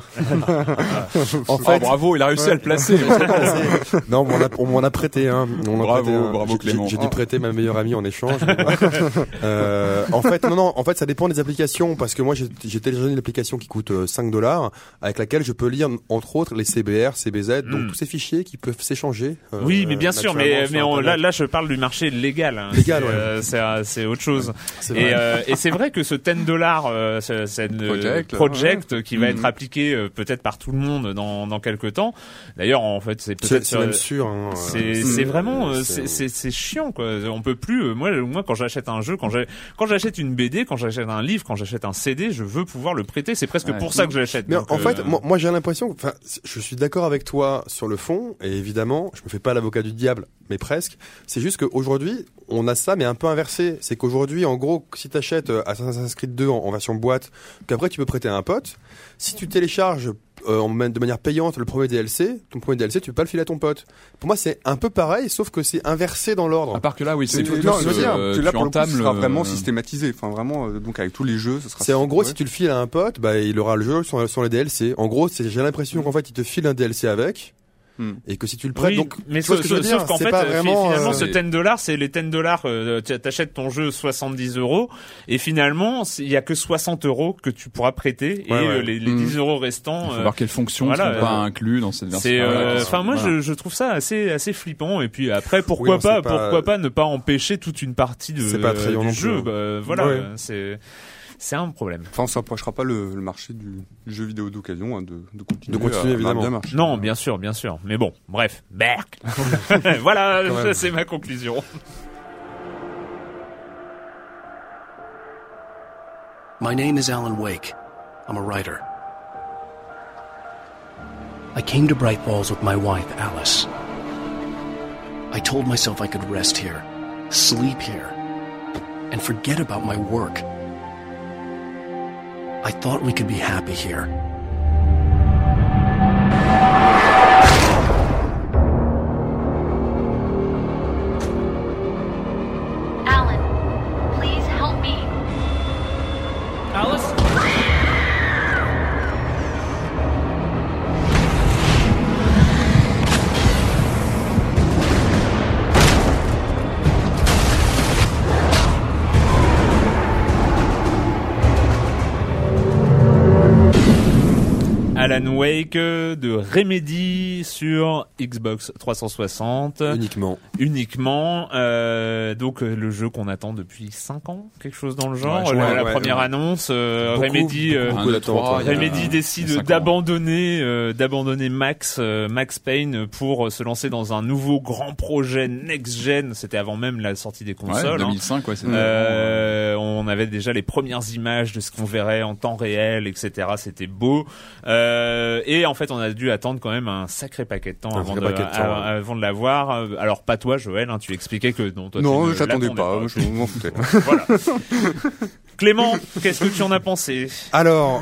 en fait, oh, bravo, il a réussi ouais. à le placer. non, on m'en a, on m'en a prêté un. On bravo, prêté un. bravo Clément. J'ai, j'ai dû prêter ma meilleure amie en échange. euh, en fait, non, non. En fait, ça dépend des applications parce que moi, j'ai, j'ai téléchargé une application qui coûte cinq dollars avec laquelle je peux lire entre autres les C B R, C B Z, mm. donc tous ces fichiers qui peuvent s'échanger. Euh, oui, mais bien sûr, mais mais on, là, là, je parle du marché légal. Hein. Légal, c'est, ouais. euh, c'est, c'est autre chose. C'est et, euh, et c'est vrai que ce dix dollars, euh, c'est une project, project ouais. qui va mm. être appliqué euh, peut-être par tout le monde dans dans quelques temps. D'ailleurs, en fait, c'est peut-être c'est, c'est même sûr. Hein, c'est c'est vraiment euh, c'est c'est c'est chiant quoi. On peut plus. Euh, moi, moi, quand j'achète un jeu, quand j'ai quand j'achète une B D, quand j'achète un livre, quand j'achète un C D, je veux pouvoir le prêter. C'est presque ouais. pour ça que je l'achète. Mais donc, en euh... fait, moi, moi, j'ai l'impression. Enfin, je suis d'accord avec toi sur le fond, et évidemment, je me fais pas l'avocat du diable, mais presque. C'est juste qu'aujourd'hui, on a ça, mais un peu inversé. C'est qu'aujourd'hui, en gros, si t'achètes Assassin's Creed deux en, en version boîte, qu'après tu peux prêter à un pote, si tu télécharges euh, en, de manière payante le premier D L C, ton premier D L C, tu peux pas le filer à ton pote. Pour moi, c'est un peu pareil, sauf que c'est inversé dans l'ordre. À part que là, oui, c'est tout. Non, je veux dire, euh, là, pour le coup, ce sera le... vraiment systématisé. Enfin, vraiment, euh, donc avec tous les jeux, ce sera. C'est en gros, ouais. si tu le files à un pote, bah, il aura le jeu sur, sur les D L C. En gros, c'est, j'ai l'impression qu'en fait, il te file un D L C avec. Hmm. Et que si tu le prêtes, oui, donc, mais sauf, sauf, sauf qu'en fait, vraiment, finalement, euh, ce dix dollars, c'est les dix dollars, euh, t'achètes ton jeu soixante-dix euros, et finalement, il y a que soixante euros que tu pourras prêter, et ouais, ouais. les, les dix euros restants. Il faut voir quelles fonctions voilà, sont pas euh, incluses dans cette version. C'est, euh, enfin, moi, voilà. je, je trouve ça assez, assez flippant, et puis après, pourquoi oui, pas, pas, pourquoi pas ne pas empêcher toute une partie de, c'est pas euh, du jeu, plus. bah, voilà, ouais. c'est, c'est un problème. Enfin, on s'approchera pas le, le marché du, du jeu vidéo d'occasion, hein, de, de continuer, de continuer à, évidemment. À bien marcher. Non, bien sûr, bien sûr. Mais bon, bref, berk. Voilà, c'est ma conclusion. My name is Alan Wake. I'm a writer. I came to Bright Falls with my wife, Alice. I told myself I could rest here, sleep here, and forget about my work. I thought we could be happy here. Alan, please help me. Alice? Alan Wake de Remedy sur Xbox trois cent soixante. Uniquement. Uniquement. Euh, donc euh, le jeu qu'on attend depuis cinq ans, quelque chose dans le genre. Ouais, la, ouais, la ouais, première ouais. annonce, euh, Beaucoup, Remedy, beaucoup, euh, beaucoup d'attente, ouais. Remedy décide d'abandonner, euh, d'abandonner Max, euh, Max Payne pour se lancer dans un nouveau grand projet next-gen. C'était avant même la sortie des consoles. Ouais, deux mille cinq, hein. ouais, c'est euh, on avait déjà les premières images de ce qu'on verrait en temps réel, et cetera. C'était beau. Euh, et en fait, on a dû attendre quand même un sacré paquet de temps, avant de, de, temps, avant, ouais. avant de l'avoir. Alors pas toi, Joël, hein, tu expliquais que non, toi, non, tu j'attendais pas, pas. Je m'en foutais. Voilà. Clément, qu'est-ce que tu en as pensé? Alors,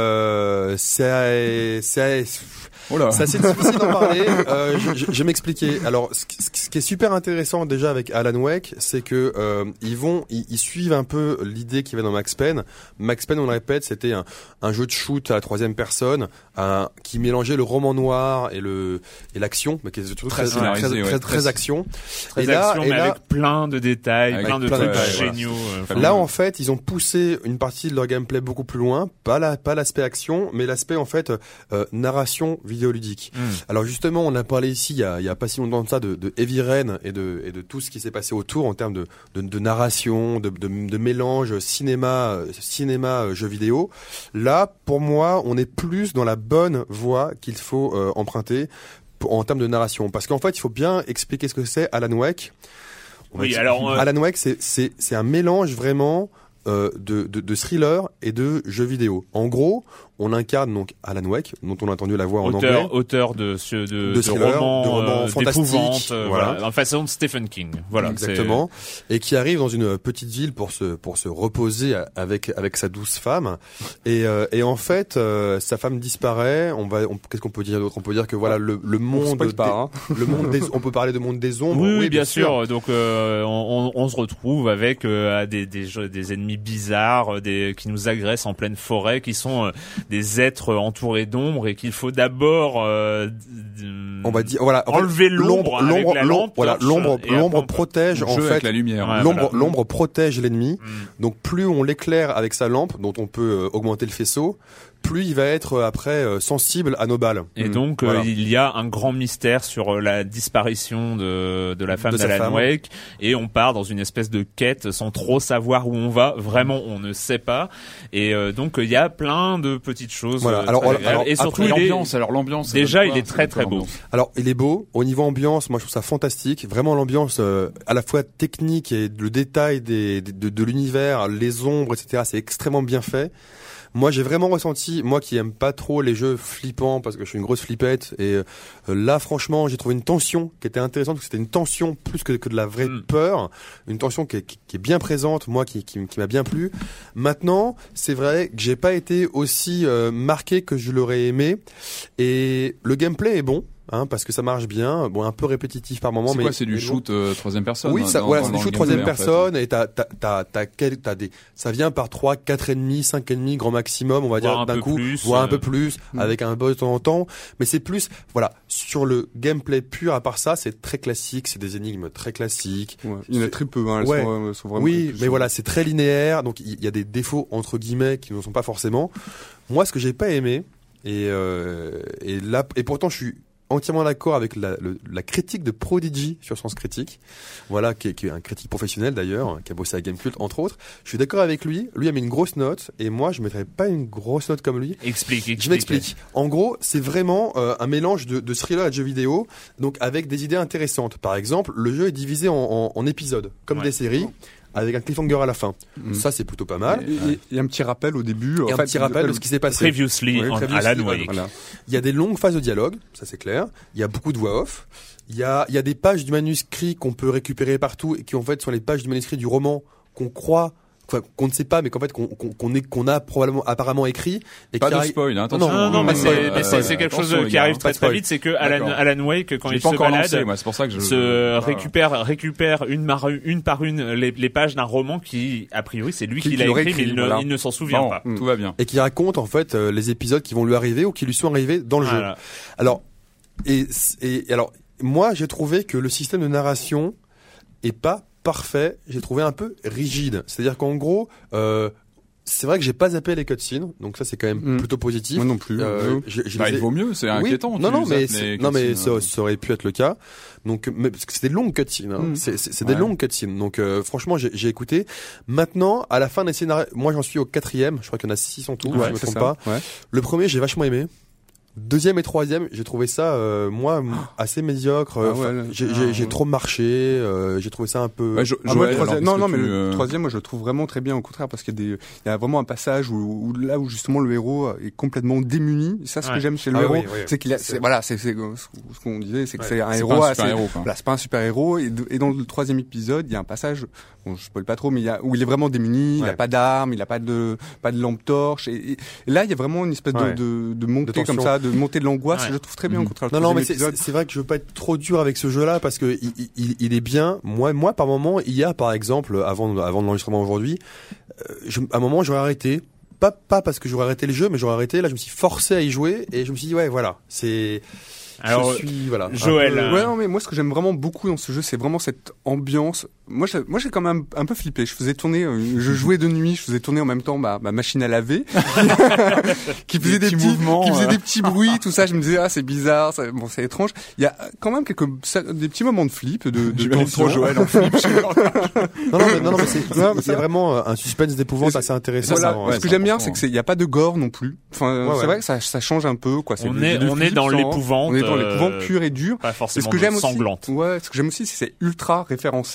euh, c'est, c'est, oh là. c'est assez difficile d'en parler. Euh, je, je, je vais m'expliquer. Alors, ce, ce qui est super intéressant déjà avec Alan Wake, c'est que euh, ils vont, ils, ils suivent un peu l'idée qui va dans Max Payne. Max Payne, on le répète, c'était un, un jeu de shoot à la troisième personne, un, qui mélangeait le roman noir et le et l'action, mais qui est surtout très très, très, ouais, très, très, très action. Très et là, action, et mais là, avec plein de détails, avec plein de plein trucs de détails, géniaux. Voilà. Enfin, là, en fait, ils ont poussé une partie de leur gameplay beaucoup plus loin, pas la, pas l'aspect action, mais l'aspect en fait euh, narration vidéoludique. Mm. Alors justement, on a parlé ici il y a, il y a pas si longtemps de ça de, de Heavy Rain et de et de tout ce qui s'est passé autour en termes de de, de narration, de, de de mélange cinéma cinéma jeu vidéo. Là, pour moi, on est plus dans la bonne voie qu'il faut euh, emprunter pour, en termes de narration, parce qu'en fait, il faut bien expliquer ce que c'est Alan Wake. Oui, alors euh... Alan Wake, c'est c'est c'est un mélange vraiment. Euh, de, de, de thriller et de jeux vidéo. En gros, on incarne donc Alan Wake, dont on a entendu la voix en auteur, anglais. Auteur de, ce, de, de, de, thriller, romans, de romans euh, fantastiques, d'épouvante, euh, voilà. voilà, en façon de Stephen King. Voilà, exactement. C'est... Et qui arrive dans une petite ville pour se pour se reposer avec avec sa douce femme. Et euh, et en fait, euh, sa femme disparaît. On va, on, qu'est-ce qu'on peut dire d'autre? On peut dire que voilà le le monde, on pas, hein. des, le monde des, on peut parler de monde des ombres. Oui, oui, oui bien, bien sûr. sûr. Donc euh, on, on se retrouve avec euh, des, des des ennemis bizarres, des qui nous agressent en pleine forêt, qui sont euh, des êtres entourés d'ombre et qu'il faut d'abord euh, on va dire voilà en enlever fait, l'ombre, l'ombre, avec la lampe, voilà l'ombre, l'ombre après, protège en fait la lumière. Ouais, l'ombre, voilà. l'ombre protège l'ennemi. Mm. Donc plus on l'éclaire avec sa lampe, dont on peut euh, augmenter le faisceau, plus il va être euh, après euh, sensible à nos balles. Et mmh. donc voilà. euh, il y a un grand mystère sur euh, la disparition de de la femme de d'Alan Wake, et on part dans une espèce de quête sans trop savoir où on va. Vraiment, on ne sait pas. Et euh, donc il y a plein de petites choses. Voilà. Euh, alors, très alors, alors et surtout après, il est- l'ambiance. Alors l'ambiance. déjà il quoi, est très très beau. Alors, il est beau. Au niveau ambiance, moi, je trouve ça fantastique. Vraiment, l'ambiance, euh, à la fois technique et le détail des, des- de, de l'univers, les ombres, et cetera, c'est extrêmement bien fait. Moi, j'ai vraiment ressenti, moi qui aime pas trop les jeux flippants, parce que je suis une grosse flippette, et euh, là, franchement, j'ai trouvé une tension qui était intéressante, parce que c'était une tension plus que, que de la vraie Mm. peur, une tension qui est, qui, qui est bien présente, moi, qui, qui, qui m'a bien plu. Maintenant, c'est vrai que j'ai pas été aussi euh, marqué que je l'aurais aimé, et le gameplay est bon. Hein, parce que ça marche bien, bon, un peu répétitif par moment, C'est mais quoi, c'est du shoot euh, troisième personne? oui, hein, ça, dans- voilà, dans- c'est dans du le shoot troisième gameplay, en fait. personne, et t'as, t'as, t'as, t'as, quel, t'as des, ça vient par trois, quatre ennemis, cinq ennemis, grand maximum, on va Voire dire, un d'un peu coup, plus, voire un euh, peu plus, mm. avec un boss de temps en temps, mais c'est plus, voilà, sur le gameplay pur, à part ça, c'est très classique, c'est des énigmes très classiques. Ouais. Il y en a très peu, hein. Elles Ouais. sont, elles sont vraiment Oui, plus- mais voilà, c'est très linéaire, donc il y, y a des défauts, entre guillemets, qui ne sont pas forcément. Moi, ce que j'ai pas aimé, et, euh, et là, et pourtant, je suis entièrement d'accord avec la, le- la critique de Prodigy sur Sens Critique, voilà, qui est, qui est un critique professionnel d'ailleurs, qui a bossé à Gamecult entre autres. Je suis d'accord avec lui. Lui a mis une grosse note, et moi je mettrais pas une grosse note comme lui. Explique, explique. Je m'explique. En gros, c'est vraiment euh, un mélange de, de thriller et de jeu vidéo, donc avec des idées intéressantes. Par exemple, le jeu est divisé en, en, en épisodes, comme Ouais. des séries, avec un cliffhanger à la fin. Mm. Ça, c'est plutôt pas mal. Et- et- Il y a un petit rappel au début. Et en un fait, petit rappel de ce qui s'est passé. Previously Oui, en previously, Alan voilà, Wake. voilà. Il y a des longues phases de dialogue, ça c'est clair. Il y a beaucoup de voix off. Il y a, il y a des pages du manuscrit qu'on peut récupérer partout et qui en fait sont les pages du manuscrit du roman qu'on croit, enfin, qu'on ne sait pas, mais qu'en fait qu'on qu'on qu'on est, qu'on a probablement apparemment écrit. Et Pas qui de arrive- spoil, hein, Non, attention. Non, non, mais pas de c'est, spoil. mais c'est, Euh, c'est quelque attention, chose les qui gars, arrive hein, très pas de très spoil. vite, c'est que Alan, D'accord. Alan Wake, quand Je l'ai il pas se encore balade, lancé, moi, c'est pour ça que je se Ah. récupère, récupère une, mar- une par une les, les pages d'un roman qui, a priori, c'est lui Qui- qui, qui l'a l'aurait écrit, mais écrit, il ne, voilà. il ne s'en souvient Bon, pas. tout va bien. Et qui raconte en fait euh, les épisodes qui vont lui arriver ou qui lui sont arrivés dans le jeu. Voilà. Alors, et, et et alors, moi j'ai trouvé que le système de narration est pas parfait. J'ai trouvé un peu rigide. C'est-à-dire qu'en gros, euh, c'est vrai que j'ai pas zappé les cutscenes, donc ça c'est quand même Mm. plutôt positif. Moi non plus. Euh, Euh, je- je Bah, les ai- il vaut mieux, c'est Oui, inquiétant. non, tu non, mais zappes c'est- les non, mais cutscenes, ça, ça aurait pu être le cas. Donc, mais, parce que c'est des longues cutscenes. Hein. Mm. C'est, c'est, c'est des Ouais. longues cutscenes. Donc, euh, franchement, j'ai, j'ai écouté. Maintenant, à la fin des scénarios, moi, j'en suis au quatrième. Je crois qu'il y en a six en tout. si ouais, je me c'est trompe ça. pas. Ouais. Le premier, j'ai vachement aimé. Deuxième et troisième, j'ai trouvé ça, euh, moi, m- assez médiocre. Ah Enfin, ouais, j'ai, ah, j'ai, j'ai ouais. trop marché. Euh, j'ai trouvé ça un peu. Ouais, Jo- Ah, moi, le Joël, alors, troisième- qu'est-ce non, non, que mais tu, le euh, troisième, moi, je le trouve vraiment très bien. Au contraire, parce qu'il y a des, il y a vraiment un passage où, où là où justement le héros est complètement démuni. Et ça, ce Ouais. que j'aime chez le Ah héros, oui, oui. c'est qu'il a, c'est, voilà, c'est, c'est ce qu'on disait, c'est que Ouais. c'est un c'est héros, pas un assez- super-héros, quoi. voilà, c'est pas un super héros. Et, de- et dans le troisième épisode, il y a un passage, bon, je spoil pas trop, mais il y a où il est vraiment démuni. Il Ouais. a pas d'armes, il a pas de, pas de lampe torche. Et, et- et là, il y a vraiment une espèce Ouais. de, de, de montée tension. comme ça, de montée de l'angoisse. Ouais. Je le trouve très bien. Mhm. Au contraire, le Non, non, mais troisième c'est, épisode. c'est, c'est vrai que je veux pas être trop dur avec ce jeu-là parce que il, il, il est bien. Moi, moi, par moment, il y a, par exemple, avant, avant de l'enregistrement aujourd'hui, euh, je, à un moment, j'aurais arrêté. Pas, pas parce que j'aurais arrêté le jeu, mais j'aurais arrêté. Là, je me suis forcé à y jouer et je me suis dit, ouais, voilà, c'est. Alors, je suis, voilà. un Joël, peu- euh, Ouais, non, mais moi, ce que j'aime vraiment beaucoup dans ce jeu, c'est vraiment cette ambiance. Moi, j'ai, moi, j'ai quand même un peu flippé. Je faisais tourner, euh, je jouais de nuit, je faisais tourner en même temps ma, ma machine à laver, qui faisait des, petits petits mouvements, qui faisait euh. des petits bruits, tout ça. Je me disais, ah, c'est bizarre, ça, bon, c'est étrange. Il y a quand même quelques, ça- des petits moments de flip, de, de J'imagine tension. trop Joël en flip. Non, non, mais, non, non, mais c'est, Non, mais c'est ça- vraiment euh, un suspense d'épouvante C'est- assez intéressant. Voilà. ça, ouais, ce que c'est j'aime bien, important, c'est que c'est, il y a pas de gore non plus. Enfin, Ouais, c'est ouais. vrai que ça, ça change un peu, quoi. C'est On du- est- du on est flip dans sans- l'épouvante, On est dans euh, l'épouvante pure et dure. pas Et ce forcément que j'aime aussi, sanglante. ouais, ce que j'aime aussi, c'est que c'est ultra référencé et on sent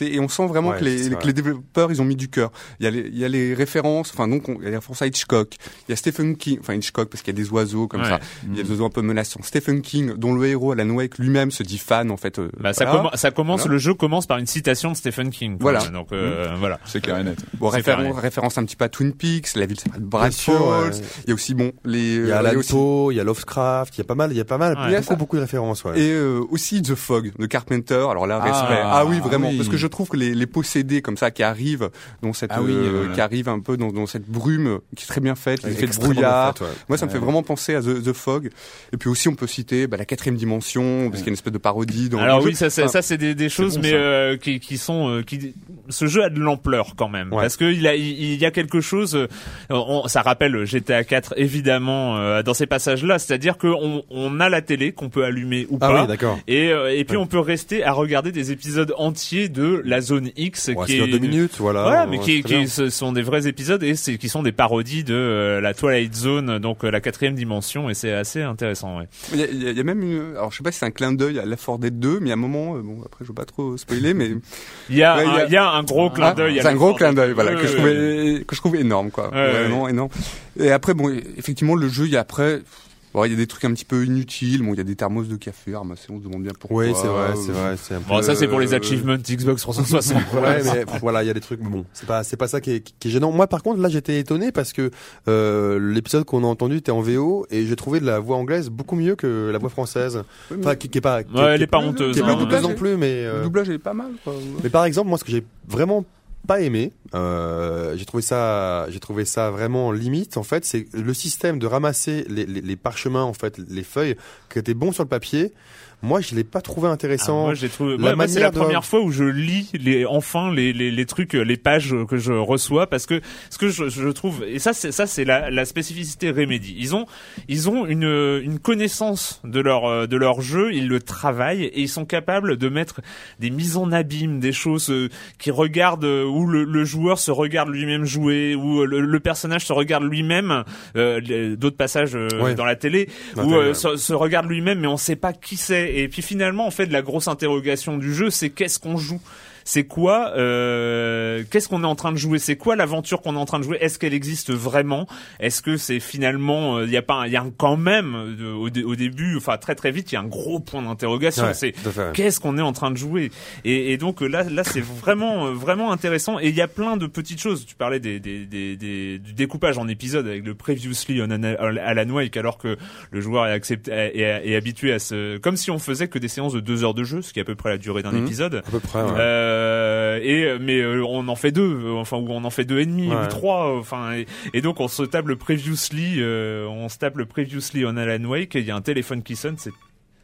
sent vraiment Ouais, que, les, que les développeurs, ils ont mis du cœur. Il y a les, il y a les références, enfin donc, on, il y a les références à Hitchcock, il y a Stephen King, enfin Hitchcock parce qu'il y a des oiseaux comme ouais. ça, mmh. il y a des oiseaux un peu menaçants. Stephen King, dont le héros Alan Wake lui-même se dit fan en fait. Euh, bah, ça, voilà. com- ça commence, voilà. le jeu commence par une citation de Stephen King. Voilà. Même, donc euh, mmh. voilà. C'est clair et net. Bon, référence, référence un petit peu à Twin Peaks, la ville s'appelle Bright Falls. Ouais. Il y a aussi bon les. Il y a Alan Poe, il y a Lovecraft, il y a pas mal, il y a pas mal, ouais. beaucoup, beaucoup, beaucoup de références. Ouais. Et euh, aussi The Fog de Carpenter. Alors là, ah, respect. Ah oui, vraiment, oui. parce que je trouve que les, les possédés comme ça qui arrivent dans cette, ah oui, euh, voilà. qui arrivent un peu dans, dans cette brume qui est très bien faite, les effets de brouillard. Fait, ouais. Moi, ça me fait vraiment penser à The, The Fog. Et puis aussi, on peut citer bah, la quatrième dimension, parce qu'il y a une espèce de parodie. Dans Alors le oui, jeu. ça, c'est, enfin, ça, c'est des, des choses, bon, mais euh, qui, qui sont, euh, qui, ce jeu a de l'ampleur quand même, ouais. parce que il a, il y a quelque chose. Euh, on, ça rappelle G T A quatre évidemment euh, dans ces passages-là, c'est-à-dire qu'on on a la télé qu'on peut allumer ou ah pas, oui, d'accord. et euh, et puis ouais. on peut rester à regarder des épisodes entiers de la zone X, ouais, qui est deux minutes, voilà. Voilà, mais ouais, qui, qui ce sont des vrais épisodes et c'est qui sont des parodies de euh, la Twilight Zone, donc euh, la quatrième dimension, et c'est assez intéressant. Ouais. Il y a, il y a, il y a même une, alors je sais pas si c'est un clin d'œil à Left four Dead deux, mais à un moment, euh, bon après je veux pas trop spoiler, mais il y a, ouais, un, il y a, il y a un gros clin d'œil. Ah, c'est un gros clin d'œil, voilà, ouais, que je trouvais que je trouve énorme, quoi, ouais, vraiment ouais. énorme. Et après, bon, effectivement, le jeu, il y a après. Bon, il y a des trucs un petit peu inutiles. Bon, il y a des thermos de café ramassés. On se demande bien pourquoi. Oui, c'est vrai, c'est vrai. C'est un bon, peu, ça, c'est pour les achievements Xbox trois cent soixante. ouais, mais voilà, il y a des trucs. Bon, c'est pas, c'est pas ça qui est, qui est gênant. Moi, par contre, là, j'étais étonné parce que euh, l'épisode qu'on a entendu était en V O et j'ai trouvé de la voix anglaise beaucoup mieux que la voix française. Oui, enfin, qui, qui est pas. Qui, ouais, qui, elle est pas honteuse. Qui est hein, pas doubleuse non plus, mais. Euh... Le doublage est pas mal, quoi. Mais par exemple, moi, ce que j'ai vraiment pas aimé, euh, j'ai trouvé ça, j'ai trouvé ça vraiment limite. En fait, c'est le système de ramasser les, les, les parchemins, en fait, les feuilles qui étaient bons sur le papier. Moi, je l'ai pas trouvé intéressant. Ah, moi, j'ai trouvé. La Moi, moi c'est la de... première fois où je lis les enfin les les les trucs, les pages que je reçois, parce que ce que je, je trouve, et ça c'est ça c'est la la spécificité Remedy. Ils ont ils ont une une connaissance de leur de leur jeu, ils le travaillent et ils sont capables de mettre des mises en abîme, des choses qui regardent où le, le joueur se regarde lui-même jouer, où le, le personnage se regarde lui-même. Euh, d'autres passages euh, ouais. dans la télé dans où télé, euh, ouais. se, se regarde lui-même, mais on sait pas qui c'est. Et puis finalement, en fait, la grosse interrogation du jeu, c'est qu'est-ce qu'on joue ? C'est quoi euh, qu'est-ce qu'on est en train de jouer ? C'est quoi l'aventure qu'on est en train de jouer ? Est-ce qu'elle existe vraiment ? Est-ce que c'est finalement il euh, y a pas il y a un, quand même euh, au, dé, au début, enfin très très vite, il y a un gros point d'interrogation. Ouais, c'est fait, ouais. qu'est-ce qu'on est en train de jouer ? Et, et donc là là c'est vraiment vraiment intéressant. Et il y a plein de petites choses. Tu parlais des, des, des, des du découpage en épisodes avec le previously on Alan Wake, alors que le joueur est accepté est, est habitué à ce, comme si on faisait que des séances de deux heures de jeu, ce qui est à peu près la durée d'un mmh, épisode. À peu près. Ouais. Euh, Euh, et mais euh, on en fait deux, euh, enfin ou on en fait deux et demi ouais. ou trois, euh, enfin et, et donc on se tape le previously, euh, on se tape le previously on Alan Wake. Et il y a un téléphone qui sonne, c'est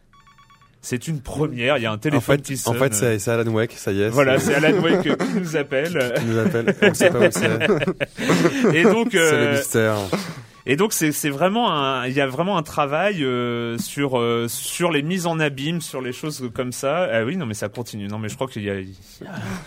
c'est une première. Il y a un téléphone en fait, qui sonne. En fait, c'est, c'est Alan Wake, ça y est. Voilà, c'est, c'est Alan Wake qui nous appelle. Qui nous appelle. On sait pas où c'est. Et donc euh, c'est le mystère. Et donc c'est c'est vraiment un il y a vraiment un travail euh, sur euh, sur les mises en abîme, sur les choses comme ça. Ah oui, non mais ça continue. Non mais je crois qu'il y a, il y a...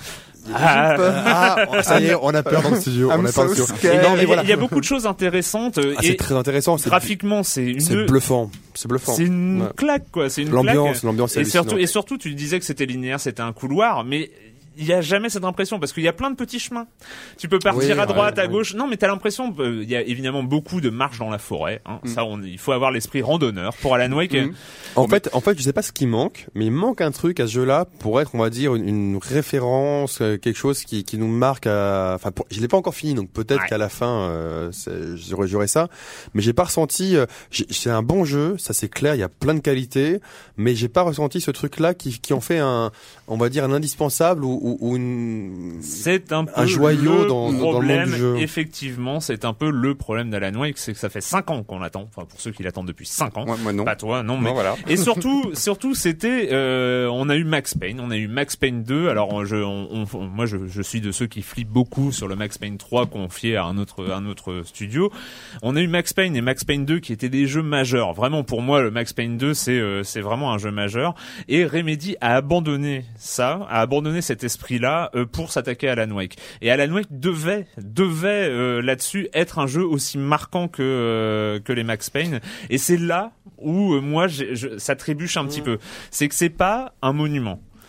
Ah, ah, ça y est, on a peur dans le studio. I'm on a so peur sur... non, mais voilà. Il y a beaucoup de choses intéressantes. Ah, et c'est très intéressant. C'est graphiquement, c'est une. C'est bluffant. C'est bluffant. C'est une ouais. claque, quoi. C'est une l'ambiance, claque. L'ambiance, et surtout, et surtout, tu disais que c'était linéaire, c'était un couloir, mais il y a jamais cette impression parce qu'il y a plein de petits chemins. Tu peux partir oui, à droite, ouais, à gauche. Ouais. Non, mais t'as l'impression il euh, y a évidemment beaucoup de marches dans la forêt. Hein. Mm. Ça, on, il faut avoir l'esprit randonneur pour Alan Wake. Mm. En bon, fait, mais... en fait, je sais pas ce qui manque, mais il manque un truc à ce jeu-là pour être, on va dire, une, une référence, quelque chose qui, qui nous marque. À... Enfin, pour... je l'ai pas encore fini, donc peut-être ouais. qu'à la fin, euh, j'aurais, j'aurais ça. Mais j'ai pas ressenti. Euh, j'ai... C'est un bon jeu, ça c'est clair. Il y a plein de qualités, mais j'ai pas ressenti ce truc-là qui, qui en fait un, on va dire, un indispensable ou Ou, ou une... c'est un peu un joyau le dans, problème, dans le monde du jeu. Effectivement, c'est un peu le problème d'Alan Wake, c'est que ça fait cinq ans qu'on l'attend. Enfin, pour ceux qui l'attendent depuis cinq ans. Ouais, moi non. Pas toi, non. Mais non, voilà. Et surtout, surtout, c'était, euh, on a eu Max Payne, on a eu Max Payne deux. Alors, je, on, on, moi, je, je suis de ceux qui flippent beaucoup sur le Max Payne trois confié à un autre, un autre studio. On a eu Max Payne et Max Payne deux qui étaient des jeux majeurs. Vraiment, pour moi, le Max Payne deux, c'est, euh, c'est vraiment un jeu majeur. Et Remedy a abandonné ça, a abandonné cet esprit-là pour s'attaquer à Alan Wake. Et Alan Wake devait devait euh, là-dessus être un jeu aussi marquant que euh, que les Max Payne. Et c'est là où euh, moi j'ai, je, ça trébuche un petit mmh. peu. C'est que c'est pas un monument.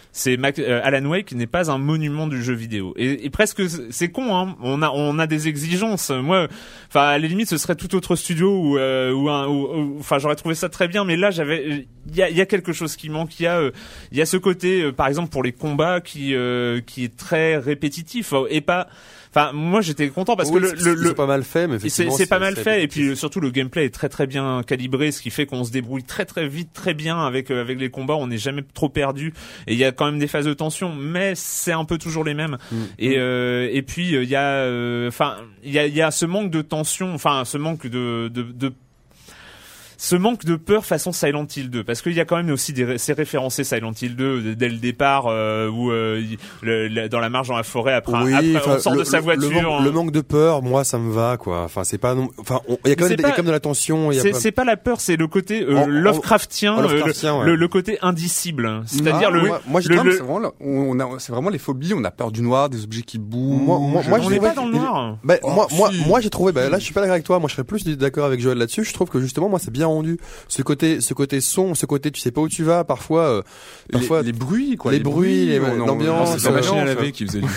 c'est Mac, euh, Alan Wake n'est pas un monument du jeu vidéo. Et, et presque, c'est con, hein. On a, on a des exigences. Moi, enfin, à la limite, ce serait tout autre studio ou, euh, ou un, ou, enfin, j'aurais trouvé ça très bien. Mais là, j'avais, il y a, il y a quelque chose qui manque. Il y a, euh, il y a ce côté, euh, par exemple, pour les combats, qui, euh, qui est très répétitif et pas. Enfin, moi j'étais content parce oui, que le, le, le c'est pas mal fait, mais effectivement c'est, c'est pas mal c'est fait et puis surtout le gameplay est très très bien calibré, ce qui fait qu'on se débrouille très très vite, très bien avec euh, avec les combats. On n'est jamais trop perdu et il y a quand même des phases de tension, mais c'est un peu toujours les mêmes. Mmh. Et euh, et puis il euh, y a, enfin euh, il y a il y a ce manque de tension, enfin ce manque de de, de ce manque de peur façon Silent Hill deux, parce qu'il y a quand même aussi des, c'est référencé Silent Hill deux dès le départ, euh, où euh, le, le, dans la marche dans la forêt après, oui, après on sort le, de sa voiture. Le, le, manque, hein. le manque de peur, moi ça me va quoi. Enfin c'est pas, non, enfin il y a quand même, il y a quand même de la tension. Y a c'est, pas... c'est pas la peur, c'est le côté euh, en, Lovecraftien, en, en Lovecraftien euh, ouais. le, le côté indicible. C'est-à-dire ah, le, moi, moi je le, le, le... c'est vraiment, on a, c'est vraiment les phobies. On a peur du noir, des objets qui bougent. Moi, moi, moi on je n'est pas dans le noir. Bah, oh, moi, si. moi, moi j'ai trouvé. Bah là je suis pas d'accord avec toi. Moi je serais plus d'accord avec Joël là-dessus. Je trouve que justement moi c'est bien rendu. Ce côté, ce côté son, ce côté tu sais pas où tu vas. Parfois, euh, parfois les, les bruits quoi, les, les bruits, les, on, l'ambiance. C'est sa machine à laver qui faisait.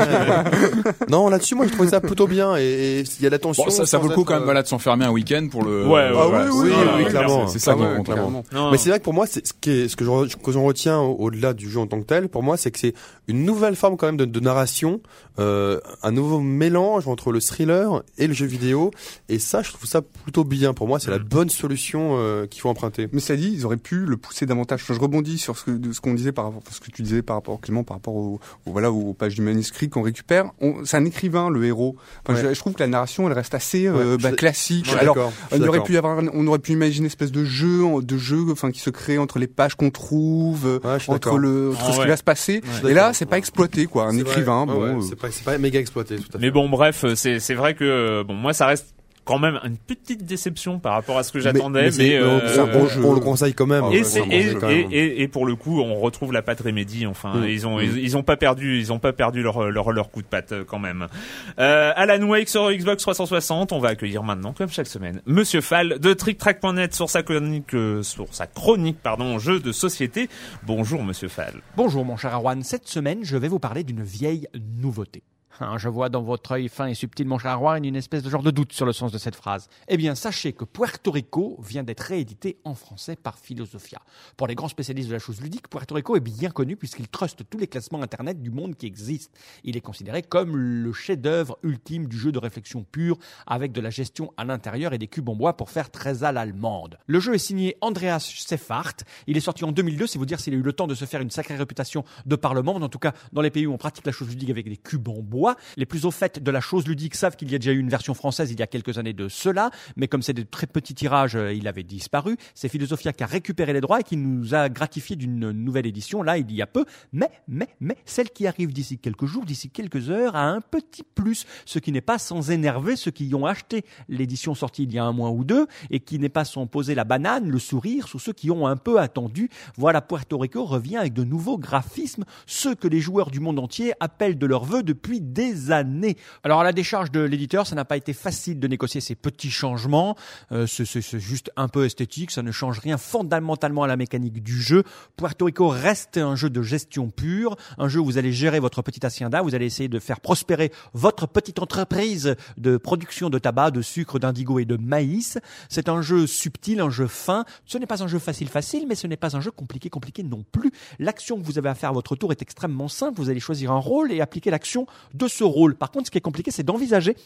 Non là-dessus moi je trouvais ça plutôt bien et il y a la tension. Bon, ça, ça vaut le coup quand même voilà de s'enfermer un week-end pour le. Ouais, ouais, ah, ouais, oui, oui, oui, oui, clairement. C'est ça ah, qui ouais, compte clairement. vraiment. Mais c'est vrai que pour moi, c'est ce qui est, ce que je, que j'en retiens au- au-delà du jeu en tant que tel, pour moi, c'est que c'est une nouvelle forme quand même de, de narration, euh, un nouveau mélange entre le thriller et le jeu vidéo. Et ça, je trouve ça plutôt bien. Pour moi, c'est la bonne solution euh, qu'il faut emprunter. Mais ça dit, ils auraient pu le pousser davantage. Je rebondis sur ce que, de ce qu'on disait par rapport, ce que tu disais par rapport, Clément, par rapport au, au voilà, aux pages du manuscrit qu'on récupère. On, c'est un écrivain, le héros. Enfin, ouais. je, je trouve que la narration, elle reste assez euh, ouais, bah, classique. Ouais, Alors, on aurait d'accord. pu avoir, on aurait pu imaginer une espèce de jeu, de jeu, enfin, qui se crée entre les pages qu'on trouve, ouais, entre d'accord. le, entre ah, ce ouais. qui va se passer. Ouais, et là, c'est pas exploité, quoi. Un C'est écrivain, vrai. bon. Ouais, ouais, euh, c'est pas, c'est pas méga exploité, tout à fait. Mais bon, bref, c'est c'est vrai que bon, moi ça reste quand même une petite déception par rapport à ce que j'attendais, mais, mais, mais euh, euh, on, on, on le conseille quand même. Et, Ouais, c'est, c'est un bon et, jeu, quand et, même. et, et pour le coup, on retrouve la patte Remedy. Enfin, Mm. ils ont Mm. ils, ils ont pas perdu, ils ont pas perdu leur leur leur coup de patte euh, quand même. Euh, Alan Wake sur Xbox trois cent soixante. On va accueillir maintenant, comme chaque semaine, Monsieur Fall de TrickTrack point net sur sa chronique, euh, sur sa chronique, pardon, jeu de société. Bonjour, Monsieur Fall. Bonjour mon cher Arwan, cette semaine je vais vous parler d'une vieille nouveauté. Hein, je vois dans votre œil fin et subtil, mon cher Arwan, une espèce de genre de doute sur le sens de cette phrase. Eh bien, sachez que Puerto Rico vient d'être réédité en français par Philosophia. Pour les grands spécialistes de la chose ludique, Puerto Rico est bien connu puisqu'il truste tous les classements internet du monde qui existent. Il est considéré comme le chef-d'œuvre ultime du jeu de réflexion pure, avec de la gestion à l'intérieur et des cubes en bois pour faire très à l'allemande. Le jeu est signé Andreas Seffart. Il est sorti en deux mille deux, c'est vous dire s'il a eu le temps de se faire une sacrée réputation de par le monde, en tout cas dans les pays où on pratique la chose ludique avec des cubes en bois. Les plus au fait de la chose ludique savent qu'il y a déjà eu une version française il y a quelques années de cela, mais comme c'est de très petits tirages, il avait disparu. C'est Philosophia qui a récupéré les droits et qui nous a gratifié d'une nouvelle édition, là, il y a peu. Mais, mais, mais, celle qui arrive d'ici quelques jours, d'ici quelques heures, a un petit plus, ce qui n'est pas sans énerver ceux qui ont acheté l'édition sortie il y a un mois ou deux et qui n'est pas sans poser la banane, le sourire sur ceux qui ont un peu attendu. Voilà, Puerto Rico revient avec de nouveaux graphismes, ceux que les joueurs du monde entier appellent de leur vœu depuis des années. Alors à la décharge de l'éditeur, ça n'a pas été facile de négocier ces petits changements. Euh, c'est, c'est, c'est juste un peu esthétique, ça ne change rien fondamentalement à la mécanique du jeu. Puerto Rico reste un jeu de gestion pure, un jeu où vous allez gérer votre petit hacienda, vous allez essayer de faire prospérer votre petite entreprise de production de tabac, de sucre, d'indigo et de maïs. C'est un jeu subtil, un jeu fin. Ce n'est pas un jeu facile facile, mais ce n'est pas un jeu compliqué compliqué non plus. L'action que vous avez à faire à votre tour est extrêmement simple. Vous allez choisir un rôle et appliquer l'action de ce rôle. Par contre, ce qui est compliqué, c'est d'envisager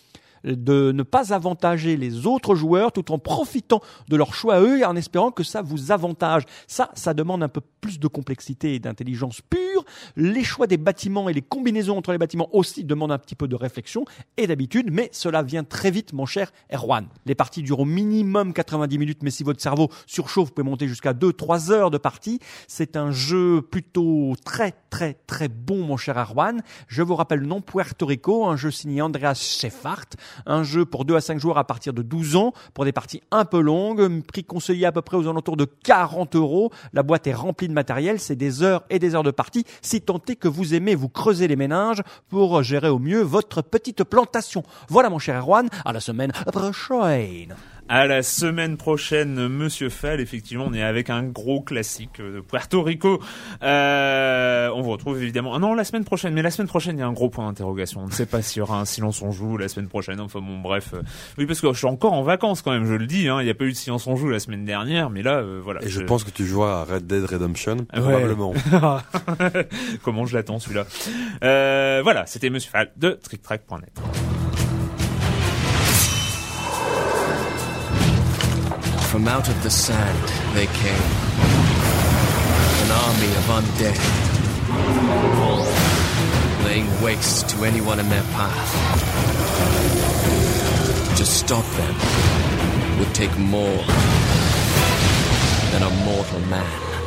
de ne pas avantager les autres joueurs tout en profitant de leur choix à eux et en espérant que ça vous avantage. Ça, ça demande un peu plus de complexité et d'intelligence pure. Les choix des bâtiments et les combinaisons entre les bâtiments aussi demandent un petit peu de réflexion et d'habitude, mais cela vient très vite, mon cher Erwan. Les parties durent au minimum quatre-vingt-dix minutes, mais si votre cerveau surchauffe, vous pouvez monter jusqu'à deux à trois heures de partie. C'est un jeu plutôt très, très, très bon, mon cher Erwan. Je vous rappelle le nom, Puerto Rico, un jeu signé Andreas Seffart. Un jeu pour deux à cinq joueurs à partir de douze ans, pour des parties un peu longues, prix conseillé à peu près aux alentours de quarante euros. La boîte est remplie de matériel, c'est des heures et des heures de partie, si tant est que vous aimez vous creuser les méninges pour gérer au mieux votre petite plantation. Voilà mon cher Erwan, à la semaine prochaine. À la semaine prochaine, Monsieur Fall. Effectivement, on est avec un gros classique de Puerto Rico. Euh, on vous retrouve évidemment. Ah non, la semaine prochaine. Mais la semaine prochaine, il y a un gros point d'interrogation. On ne sait pas s'il y aura un Silence on joue la semaine prochaine. Enfin bon, bref. Oui, parce que je suis encore en vacances quand même. Je le dis. Hein. Il n'y a pas eu de Silence on joue la semaine dernière, mais là, euh, voilà. Et je, je pense que tu joueras à Red Dead Redemption, probablement. Ouais. Comment je l'attends celui-là. Euh, voilà, c'était Monsieur Fall de trick track point net. From out of the sand they came, an army of undead, laying waste to anyone in their path. To stop them would take more than a mortal man.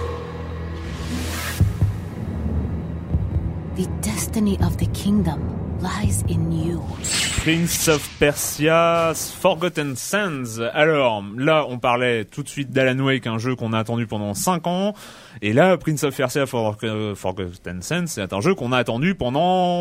The destiny of the kingdom lies in you. Prince of Persia, Forgotten Sands. Alors, là, on parlait tout de suite d'Alan Wake, un jeu qu'on a attendu pendant cinq ans. Et là, Prince of Persia, For- uh, Forgotten Sands, c'est un jeu qu'on a attendu pendant...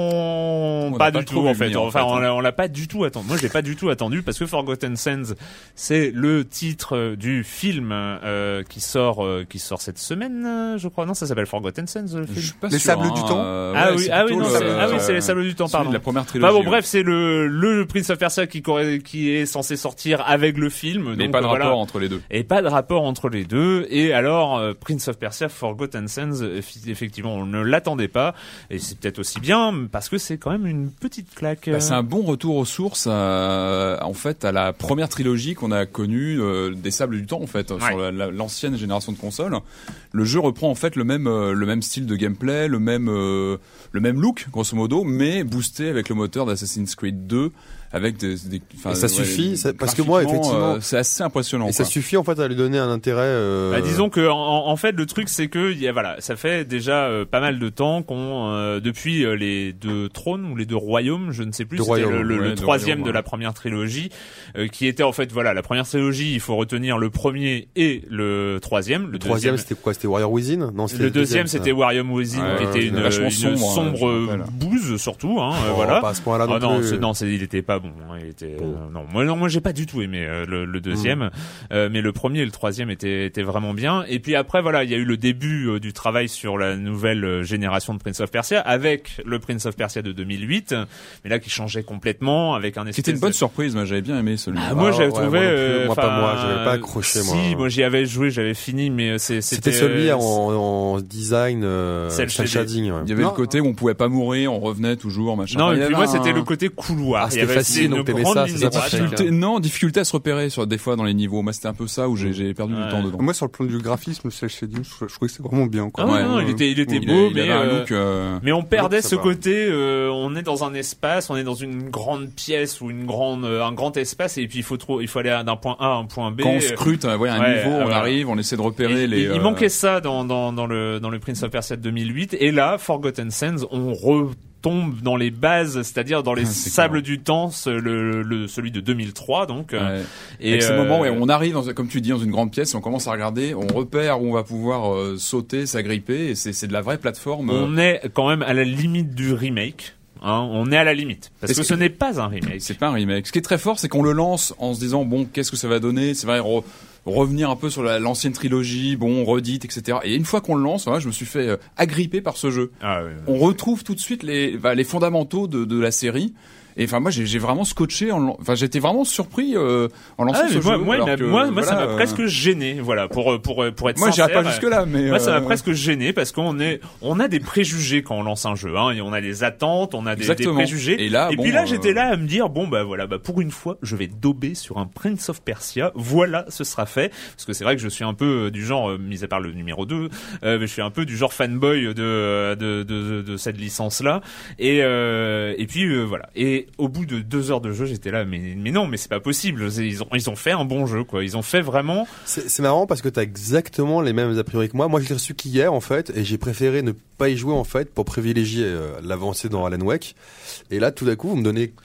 On pas pas du tout, en fait. venir, Enfin, en fait, on l'a, on l'a pas du tout attendu. Moi, je l'ai pas du tout attendu parce que Forgotten Sands, c'est le titre du film euh, qui sort euh, qui sort cette semaine, je crois. Non, ça s'appelle Forgotten Sands, le film. Je suis pas Les sûr, Sables hein, du Temps. euh, Ah ouais, oui, c'est ah oui, plutôt non, le- c'est, ah oui, c'est euh, les Sables du Temps, celui pardon. de la première trilogie. Bah bon, ouais. bref, c'est le le Prince of Persia qui corre- qui est censé sortir avec le film. Mais donc, pas de euh, rapport voilà. entre les deux. Et pas de rapport entre les deux. Et alors, euh, Prince of Persia Forgotten Sands, eff- effectivement, on ne l'attendait pas. Et c'est peut-être aussi bien parce que c'est quand même une petite claque. Bah, c'est un bon retour aux sources, euh, en fait, à la première trilogie qu'on a connue euh, des Sables du Temps, en fait, Ouais. sur la, la, l'ancienne génération de consoles. Le jeu reprend en fait le même euh, le même style de gameplay, le même euh, le même look, grosso modo, mais boosté avec le moteur d'Assassin's Creed deux. Avec des, des Et ça suffit, ça- parce que moi, graphiquement, effectivement, euh, c'est assez impressionnant. Et ça quoi. suffit en fait à lui donner un intérêt. Euh... Bah, disons que en, en fait le truc c'est que il y a, voilà, ça fait déjà euh, pas mal de temps qu'on euh, depuis euh, les deux trônes ou les deux royaumes, je ne sais plus, Deux c'était le, royaumes, le, ouais, le deux troisième royaumes, de ouais. la première trilogie, euh, qui était en fait voilà la première trilogie, il faut retenir le premier et le troisième. Le, Le troisième, deuxième, c'était quoi? C'était Warrior Within? Non, c'était le deuxième ça. c'était Warrior Within, Ouais, qui était ouais, une, vachement une sombre, sombre, je me rappelle. bouse surtout, hein, euh, Oh, voilà. pas à ce point-là non Ah non, plus. c'est, non, c'est, il était pas bon. hein, Il était, euh, non, moi, non, moi, j'ai pas du tout aimé euh, le, le deuxième, euh, mais le premier et le troisième étaient, étaient vraiment bien. Et puis après, voilà, il y a eu le début euh, du travail sur la nouvelle euh, génération de Prince of Persia avec le Prince of Persia de deux mille huit, mais là qui changeait complètement avec un. C'était une bonne surprise, moi j'avais bien aimé celui-là. Ah, moi, Ah, j'avais ouais, trouvé. moi non plus. euh, Moi, pas enfin, moi, j'avais pas accroché, moi. Si, moi j'y avais joué, j'avais fini, mais c'est, c'était. C'était celui euh, en, en design, euh, Cell cel shaded. shading. Ouais. Il y avait Non, le côté où on pouvait pas mourir, on revenait toujours, machin. Non, Enfin, il et y puis avait moi, c'était un- le côté couloir. Ah, Il y c'était avait facile, une donc t'aimais grande ça, ligne c'est ça, droite. Difficulté, non, difficulté à se repérer sur des fois dans les niveaux. Moi, c'était un peu ça où j'ai, j'ai perdu Ouais. du temps dedans. Moi, sur le plan du graphisme, cel shading, je, je trouvais que c'était vraiment bien. Quoi. Ah ouais, Ouais, non, ouais. il était, il était Il beau, a- il mais avait un euh, look. euh, mais on perdait ça ce va. côté. Euh, on est dans un espace, on est dans une grande pièce ou une grande, euh, un grand espace, et puis il faut trop, il faut aller d'un point A à un point B. Quand on scrute, euh, ouais, un Ouais, niveau, euh, on voilà. arrive, on essaie de repérer Et- les. et euh, Il manquait ça dans, dans, dans le dans le Prince of Persia de deux mille huit, et là, Forgotten Sands, on retombe dans les bases, c'est-à-dire dans les Ah, c'est sables clair. du temps, ce- le, le celui de deux mille trois, donc. euh, Ouais. Et Avec ce euh, moment où on arrive, dans, comme tu dis, dans une grande pièce, on commence à regarder, on repère où on va pouvoir euh, sauter, s'agripper, et c'est, c'est de la vraie plateforme. euh, on est quand même à la limite du remake. Hein, on est à la limite parce Est-ce que que- ce n'est pas un remake. C'est pas un remake. Ce qui est très fort, c'est qu'on le lance en se disant bon, qu'est-ce que ça va donner. C'est vrai, re- revenir un peu sur la- l'ancienne trilogie, bon, redite, et cetera. Et une fois qu'on le lance, ouais, je me suis fait euh, agripper par ce jeu. Ah, ouais, ouais. On retrouve tout de suite les, bah, les fondamentaux de, de la série. Et enfin, moi, j'ai, j'ai vraiment scotché. En, lan- enfin, j'étais vraiment surpris euh, en lançant Ah, ce mais moi, jeu. moi, il alors m'a- que, moi, moi, ça voilà, m'a euh, presque gêné, voilà, pour pour pour être Moi, sincère. j'irai pas jusque là, mais Moi, ça m'a euh, presque gêné parce qu'on est, on a des préjugés quand on lance un jeu, hein, et on a des attentes, on a des, des Exactement. préjugés. Et là, et bon, puis là, euh, j'étais là à me dire, bon, bah voilà, bah pour une fois, je vais dauber sur un Prince of Persia. Voilà, ce sera fait. Parce que c'est vrai que je suis un peu euh, du genre, euh, mis à part le numéro deux, euh, je suis un peu du genre fanboy de de de, de, de cette licence-là. Et euh, et puis euh, voilà. Et au bout de deux heures de jeu, j'étais là, mais mais non, mais c'est pas possible. C'est- Ils ont ils ont fait un bon jeu, quoi. Ils ont fait vraiment. C'est, c'est marrant parce que t'as exactement les mêmes a priori que moi. Moi, je l'ai reçu qu'hier en fait, et j'ai préféré ne pas y jouer en fait pour privilégier euh, l'avancée dans Alan Wake. Et là, tout d'un coup, vous me donnez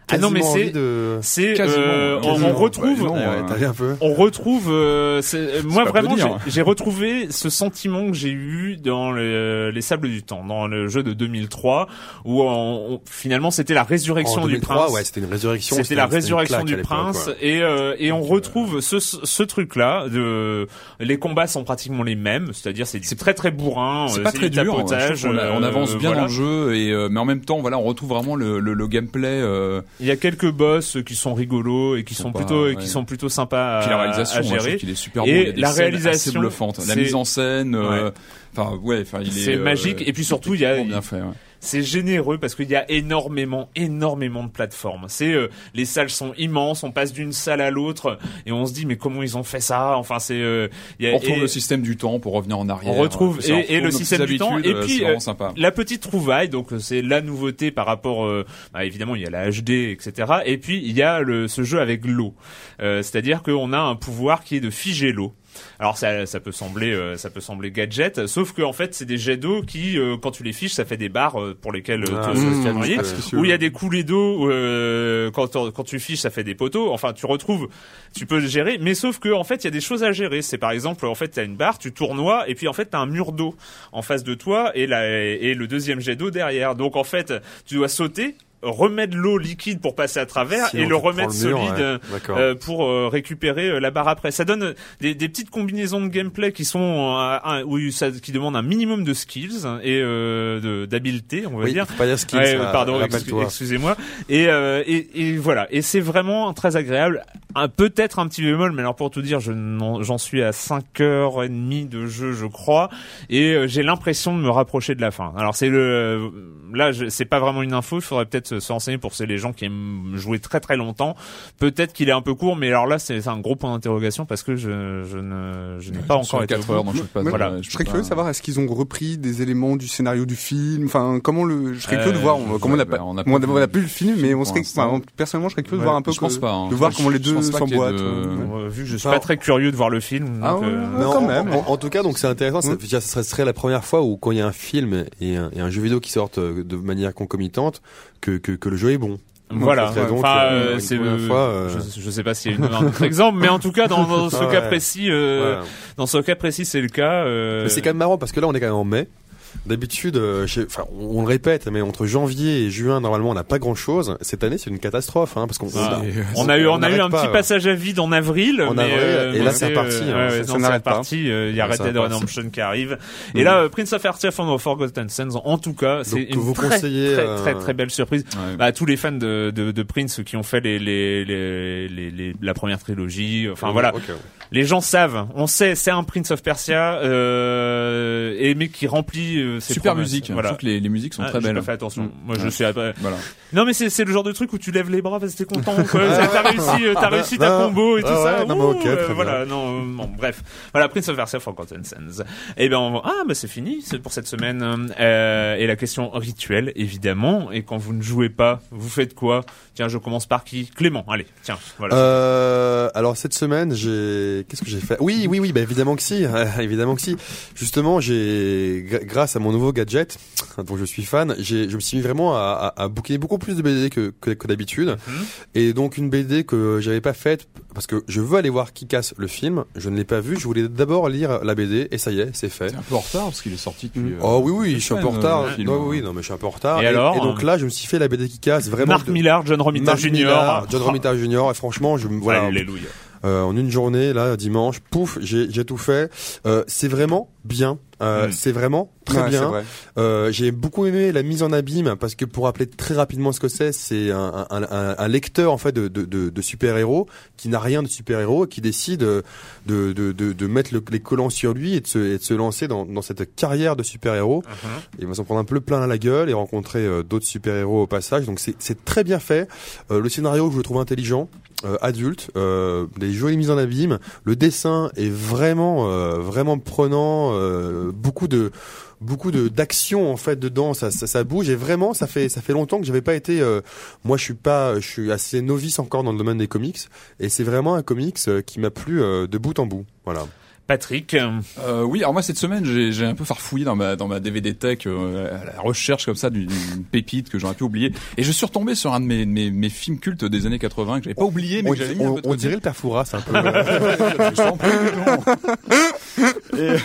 Ah non mais quasiment c'est envie de... c'est euh, on, on retrouve ouais, non, ouais, t'as vu un peu. on retrouve euh, c'est, moi pas vraiment peu j'ai, dire. j'ai retrouvé ce sentiment que j'ai eu dans le, les Sables du Temps, dans le jeu de deux mille trois où on, on, finalement c'était la résurrection en deux mille trois, du prince. Ouais, c'était une résurrection. C'était, c'était la c'était résurrection une claque du à l'époque, prince ouais. et euh, et on retrouve ce ce truc là de les combats sont pratiquement les mêmes, c'est-à-dire c'est, c'est très très bourrin, c'est euh, pas c'est très du dur. tapotage, On, a, on avance euh, bien voilà. dans le jeu et euh, mais en même temps voilà on retrouve vraiment le, le, le gameplay. Euh... Il y a quelques boss qui sont rigolos et qui sont, sont pas, plutôt ouais. qui sont plutôt sympas à, Puis la réalisation, à gérer. Moi, je trouve qu'il est super beau. Et il y a des la scènes réalisation assez bluffantes. La c'est... mise en scène. Euh... Ouais. Enfin ouais, enfin il est. C'est euh... magique et puis surtout il y a. Bien fait, ouais. C'est généreux parce qu'il y a énormément, énormément de plateformes. C'est euh, les salles sont immenses, on passe d'une salle à l'autre et on se dit mais comment ils ont fait ça. Enfin c'est. Euh, y a, on retrouve et, le système du temps pour revenir en arrière. On retrouve et, et, et le système du temps et puis euh, la petite trouvaille. Donc c'est la nouveauté par rapport. Euh, bah, évidemment il y a la H D et cetera. Et puis il y a le, ce jeu avec l'eau. Euh, c'est-à-dire qu'on a un pouvoir qui est de figer l'eau. Alors ça, ça peut sembler, euh, ça peut sembler gadget, sauf que en fait c'est des jets d'eau qui, euh, quand tu les fiches, ça fait des barres euh, pour lesquelles euh, ah, tu mmh, te noyer. Où il y a des coulées d'eau, euh, quand quand tu fiches, ça fait des poteaux. Enfin, tu retrouves, tu peux gérer, mais sauf que en fait il y a des choses à gérer. C'est par exemple, en fait, t'as une barre, tu tournoies et puis en fait t'as un mur d'eau en face de toi et la et le deuxième jet d'eau derrière. Donc en fait, tu dois sauter, remettre l'eau liquide pour passer à travers Sinon, et le remettre le mur, solide ouais. euh, pour euh, récupérer euh, la barre après. Ça donne des, des petites combinaisons de gameplay qui sont euh, un, oui, ça, qui demandent un minimum de skills et euh, de, d'habileté, on va oui, dire. Faut pas dire skills, ouais, ça, pardon, rappelle-toi. excusez-moi. Et, euh, et, et voilà. Et c'est vraiment très agréable. Un, peut-être un petit bémol, mais alors pour tout dire, je n'en, j'en suis à cinq heures trente de jeu, je crois, et euh, j'ai l'impression de me rapprocher de la fin. Alors c'est le, là, je, c'est pas vraiment une info. Il faudrait peut-être se renseigner pour ces les gens qui aiment jouer très très longtemps. Peut-être qu'il est un peu court, mais alors là c'est, c'est un gros point d'interrogation parce que je, je ne, je n'ai pas encore été quatre heures, donc je peux pas. Mais, voilà, je, je serais pas... curieux de savoir est-ce qu'ils ont repris des éléments du scénario du film. Enfin, comment le. Je serais euh, curieux de voir. Je, comment on a a pas. On a, on a, on a plus le film, mais on serait. Enfin, personnellement, je serais curieux ouais, de voir un peu. Je pense pas. Hein. De voir comment les deux s'emboîtent. De... Euh, vu que je suis pas très curieux de voir le film. Ah donc, ouais, euh... non, quand même. En, en, en tout cas, donc c'est intéressant. Ça, mmh. ça serait la première fois où quand il y a un film et un, et un jeu vidéo qui sortent de manière concomitante, que que, que le jeu est bon. Voilà. Donc, enfin, euh, euh, c'est euh, fois, euh... je, je sais pas s'il y a une, un autre exemple, mais en tout cas dans, dans ce ah, cas ouais. précis, euh, ouais. dans ce cas précis, c'est le cas. Euh... Mais c'est quand même marrant parce que là, on est quand même en mai. D'habitude, euh, enfin, on, on le répète, mais entre janvier et juin, normalement, on n'a pas grand-chose. Cette année, c'est une catastrophe, hein, parce qu'on ah, on a eu, on, on a eu un pas, petit ouais. passage à vide en avril, en mais avril, euh, et là, c'est reparti. Euh, hein, ouais, ça, non, ça c'est reparti. Il euh, y a Red Dead Redemption qui arrive. Et mmh. là, euh, Prince of Persia: Forgotten Sands, en tout cas, c'est Donc, une vous très, conseillez, très, euh... très, très, très belle surprise. Ouais. Bah, tous les fans de, de, de Prince qui ont fait les, les, les, les, les la première trilogie. Enfin, mmh, voilà. Okay. Les gens savent, on sait, c'est un Prince of Persia, euh, et mais qui remplit euh, ses super promesses. musique. Voilà. Je trouve que les, les musiques sont ah, très belles. J'ai pas fait attention. Mmh. Moi, je ouais. suis après. Voilà. Non, mais c'est c'est le genre de truc où tu lèves les bras parce que t'es content. Quoi. t'as réussi, euh, t'as réussi ta non, combo et tout ah ça. ouais, non, mais ok, euh, très voilà. Non, euh, bon, bref. Voilà, Prince of Persia: Forgotten Sands. Et ben, on va... ah, bah c'est fini, c'est pour cette semaine. Euh, et la question rituelle, évidemment. Et quand vous ne jouez pas, vous faites quoi? Tiens, je commence par qui? Clément. Allez, tiens. Voilà. Euh, alors cette semaine, j'ai, qu'est-ce que j'ai fait? Oui, oui, oui, bah évidemment que si, évidemment que si. Justement, j'ai, g- grâce à mon nouveau gadget, dont je suis fan, j'ai, je me suis mis vraiment à, à, à bouquiner beaucoup plus de B D que, que, que d'habitude. Mm-hmm. Et donc une B D que j'avais pas faite parce que je veux aller voir Kick-Ass le film. Je ne l'ai pas vu. Je voulais d'abord lire la B D et ça y est, c'est fait. T'es un peu en retard parce qu'il est sorti depuis. Euh, oh oui, oui, je suis un peu en retard. Euh, non, oui, non, mais je suis un peu en retard. Et, et alors Et donc là, je me suis fait la B D Kick-Ass vraiment. Mark de... Millar, John Romita Mark Junior Millar, John Romita Junior Et franchement, je me voilà. Alléluia. Euh, en une journée, là, dimanche, pouf, j'ai, j'ai tout fait. Euh, c'est vraiment bien. Euh, mmh. C'est vraiment très ouais, bien. Euh, j'ai beaucoup aimé la mise en abîme parce que pour rappeler très rapidement ce que c'est, c'est un, un, un, un lecteur en fait de, de, de, de super-héros qui n'a rien de super-héros et qui décide de, de, de, de mettre le, les collants sur lui et de se, et de se lancer dans, dans cette carrière de super-héros. Uh-huh. Il va s'en prendre un peu plein à la gueule et rencontrer euh, d'autres super-héros au passage. Donc c'est, c'est très bien fait. Euh, le scénario, je le trouve intelligent. Euh, adulte, euh, des jolies mises en abîme, le dessin est vraiment euh, vraiment prenant, euh, beaucoup de beaucoup de d'action en fait dedans, ça, ça ça bouge et vraiment ça fait ça fait longtemps que j'avais pas été euh, moi je suis pas je suis assez novice encore dans le domaine des comics et c'est vraiment un comics euh, qui m'a plu euh, de bout en bout. Voilà. Patrick. Euh, oui, alors moi cette semaine j'ai, j'ai un peu farfouillé dans ma dans ma D V D tech euh, à la recherche comme ça d'une, d'une pépite que j'aurais pu oublier et je suis retombé sur un de mes mes, mes films cultes des années quatre-vingts que j'avais pas oublié mais on, que j'avais mis on, un peu de on côté. dirait le père Fouras un peu. Je sens plus, et,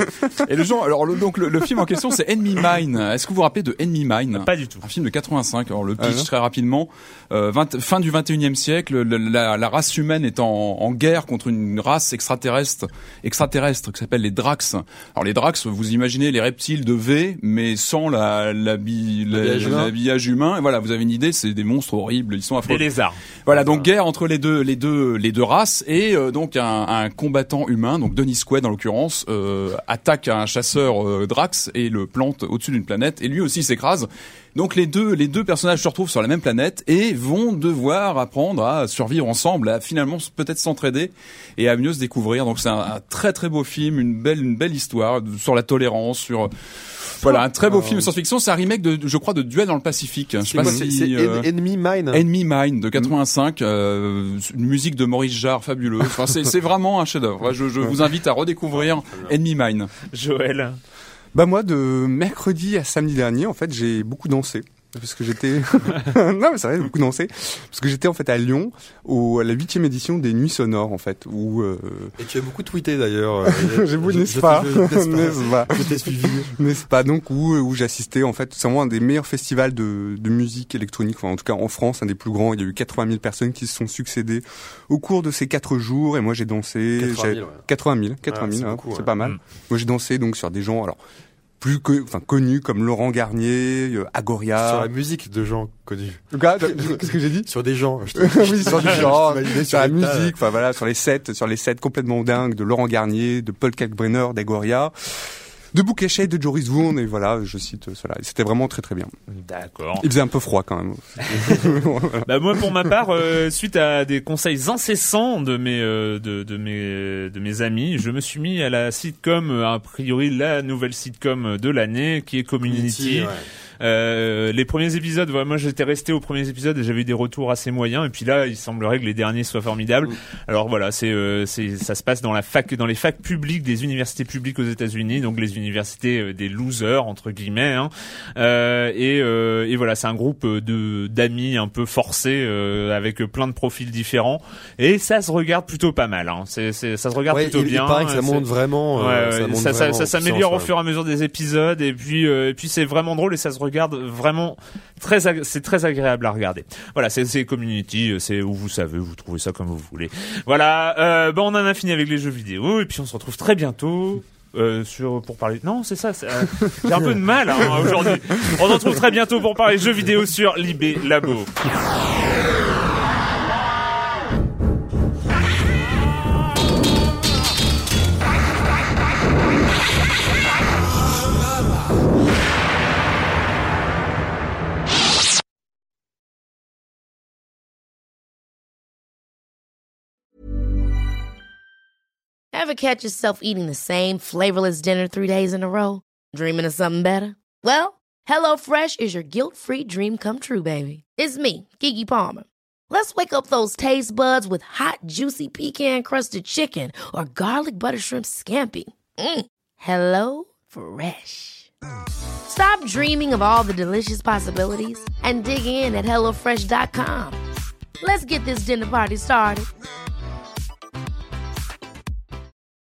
et le genre alors le, donc le, le film en question c'est Enemy Mine. Est-ce que vous vous rappelez de Enemy Mine? Pas du tout. Un film de quatre-vingt-cinq. Alors le pitch Ah, très rapidement euh, vingt, fin du vingt et unième siècle, le, la, la race humaine est en, en guerre contre une race extraterrestre extraterrestre qui s'appelle les Drax. Alors les Drax, vous imaginez les reptiles de V, mais sans la, la, bi, la, l'habillage humain. l'habillage humain. Et voilà, vous avez une idée, c'est des monstres horribles, ils sont affreux. Des lézards. Voilà, donc guerre entre les deux, les deux, les deux races, et euh, donc un, un combattant humain, donc Denis Quaid en l'occurrence, euh, attaque un chasseur euh, Drax et le plante au-dessus d'une planète, et lui aussi s'écrase. Donc les deux, les deux personnages se retrouvent sur la même planète et vont devoir apprendre à survivre ensemble, à finalement peut-être s'entraider et à mieux se découvrir. Donc c'est un, un très très beau film, une belle, une belle histoire sur la tolérance, sur voilà un très beau film de science-fiction. C'est un remake de, je crois, de Duel dans le Pacifique. Je sais C'est, pas quoi, si, c'est, c'est euh, Enemy Mine. Enemy Mine de quatre-vingt-cinq, euh, une musique de Maurice Jarre fabuleuse. Enfin, c'est, c'est vraiment un chef-d'œuvre. Je, je vous invite à redécouvrir Enemy Mine. Joël. Bah moi, de mercredi à samedi dernier, en fait, j'ai beaucoup dansé. Parce que j'étais non mais c'est vrai, j'ai beaucoup dansé parce que j'étais en fait à Lyon au à la huitième édition des Nuits Sonores en fait où euh... et tu as beaucoup tweeté d'ailleurs. J'ai beaucoup n'est-ce pas, n'est-ce pas, je t'ai suivi, n'est-ce pas, donc où où j'assistais en fait, c'est vraiment un des meilleurs festivals de de musique électronique, enfin en tout cas en France, un des plus grands. Il y a eu quatre-vingt mille personnes qui se sont succédées au cours de ces quatre jours et moi j'ai dansé quatre-vingt mille, ouais. quatre-vingt mille, quatre-vingt mille, ouais, c'est, hein, beaucoup, c'est ouais. pas mal. Mm. Moi j'ai dansé donc sur des gens alors plus que, enfin, connus comme Laurent Garnier, euh, Agoria. Sur la musique de gens connus. Qu'est-ce que j'ai dit? Sur des gens. Je oui, sur du genre, sur, sur la les tas. musique, enfin voilà, sur les sets, sur les sets complètement dingues de Laurent Garnier, de Paul Kalkbrenner, d'Agoria, de Bouquet et de Joris Voon, et voilà, je cite cela. C'était vraiment très très bien. D'accord. Il faisait un peu froid quand même. Voilà. Bah moi pour ma part, euh, suite à des conseils incessants de mes euh, de, de mes de mes amis, je me suis mis à la sitcom, euh, a priori la nouvelle sitcom de l'année, qui est Community. Community, ouais. Euh, les premiers épisodes, voilà, moi j'étais resté aux premiers épisodes et j'avais eu des retours assez moyens. Et puis là, il semblerait que les derniers soient formidables. Mmh. Alors voilà, c'est, euh, c'est, ça se passe dans la fac, dans les facs publiques des universités publiques aux États-Unis, donc les universités euh, des losers entre guillemets. Hein. Euh, et, euh, et voilà, c'est un groupe de d'amis un peu forcés euh, avec plein de profils différents. Et ça se regarde plutôt pas mal. Hein. C'est, c'est, ça se regarde ouais, plutôt il, bien. Il paraît que ça c'est... monte vraiment. Ouais, euh, ouais, ça, monte ça, vraiment ça, ça s'améliore puissance, au fur et à mesure des épisodes. Et puis, euh, et puis c'est vraiment drôle et ça se regarde vraiment très, ag- c'est très agréable à regarder. Voilà, c'est, c'est Community, c'est où vous savez, vous trouvez ça comme vous voulez. Voilà, euh, ben on en a fini avec les jeux vidéo et puis on se retrouve très bientôt. Euh, sur pour parler non c'est ça c'est, euh, j'ai un peu de mal hein, aujourd'hui. On se retrouve très bientôt pour parler jeux vidéo sur Libé Labo. Ever catch yourself eating the same flavorless dinner three days in a row? Dreaming of something better? Well, HelloFresh is your guilt-free dream come true, baby. It's me, Keke Palmer. Let's wake up those taste buds with hot, juicy pecan-crusted chicken or garlic butter shrimp scampi. Mm. Hello Fresh. Stop dreaming of all the delicious possibilities and dig in at hello fresh dot com. Let's get this dinner party started.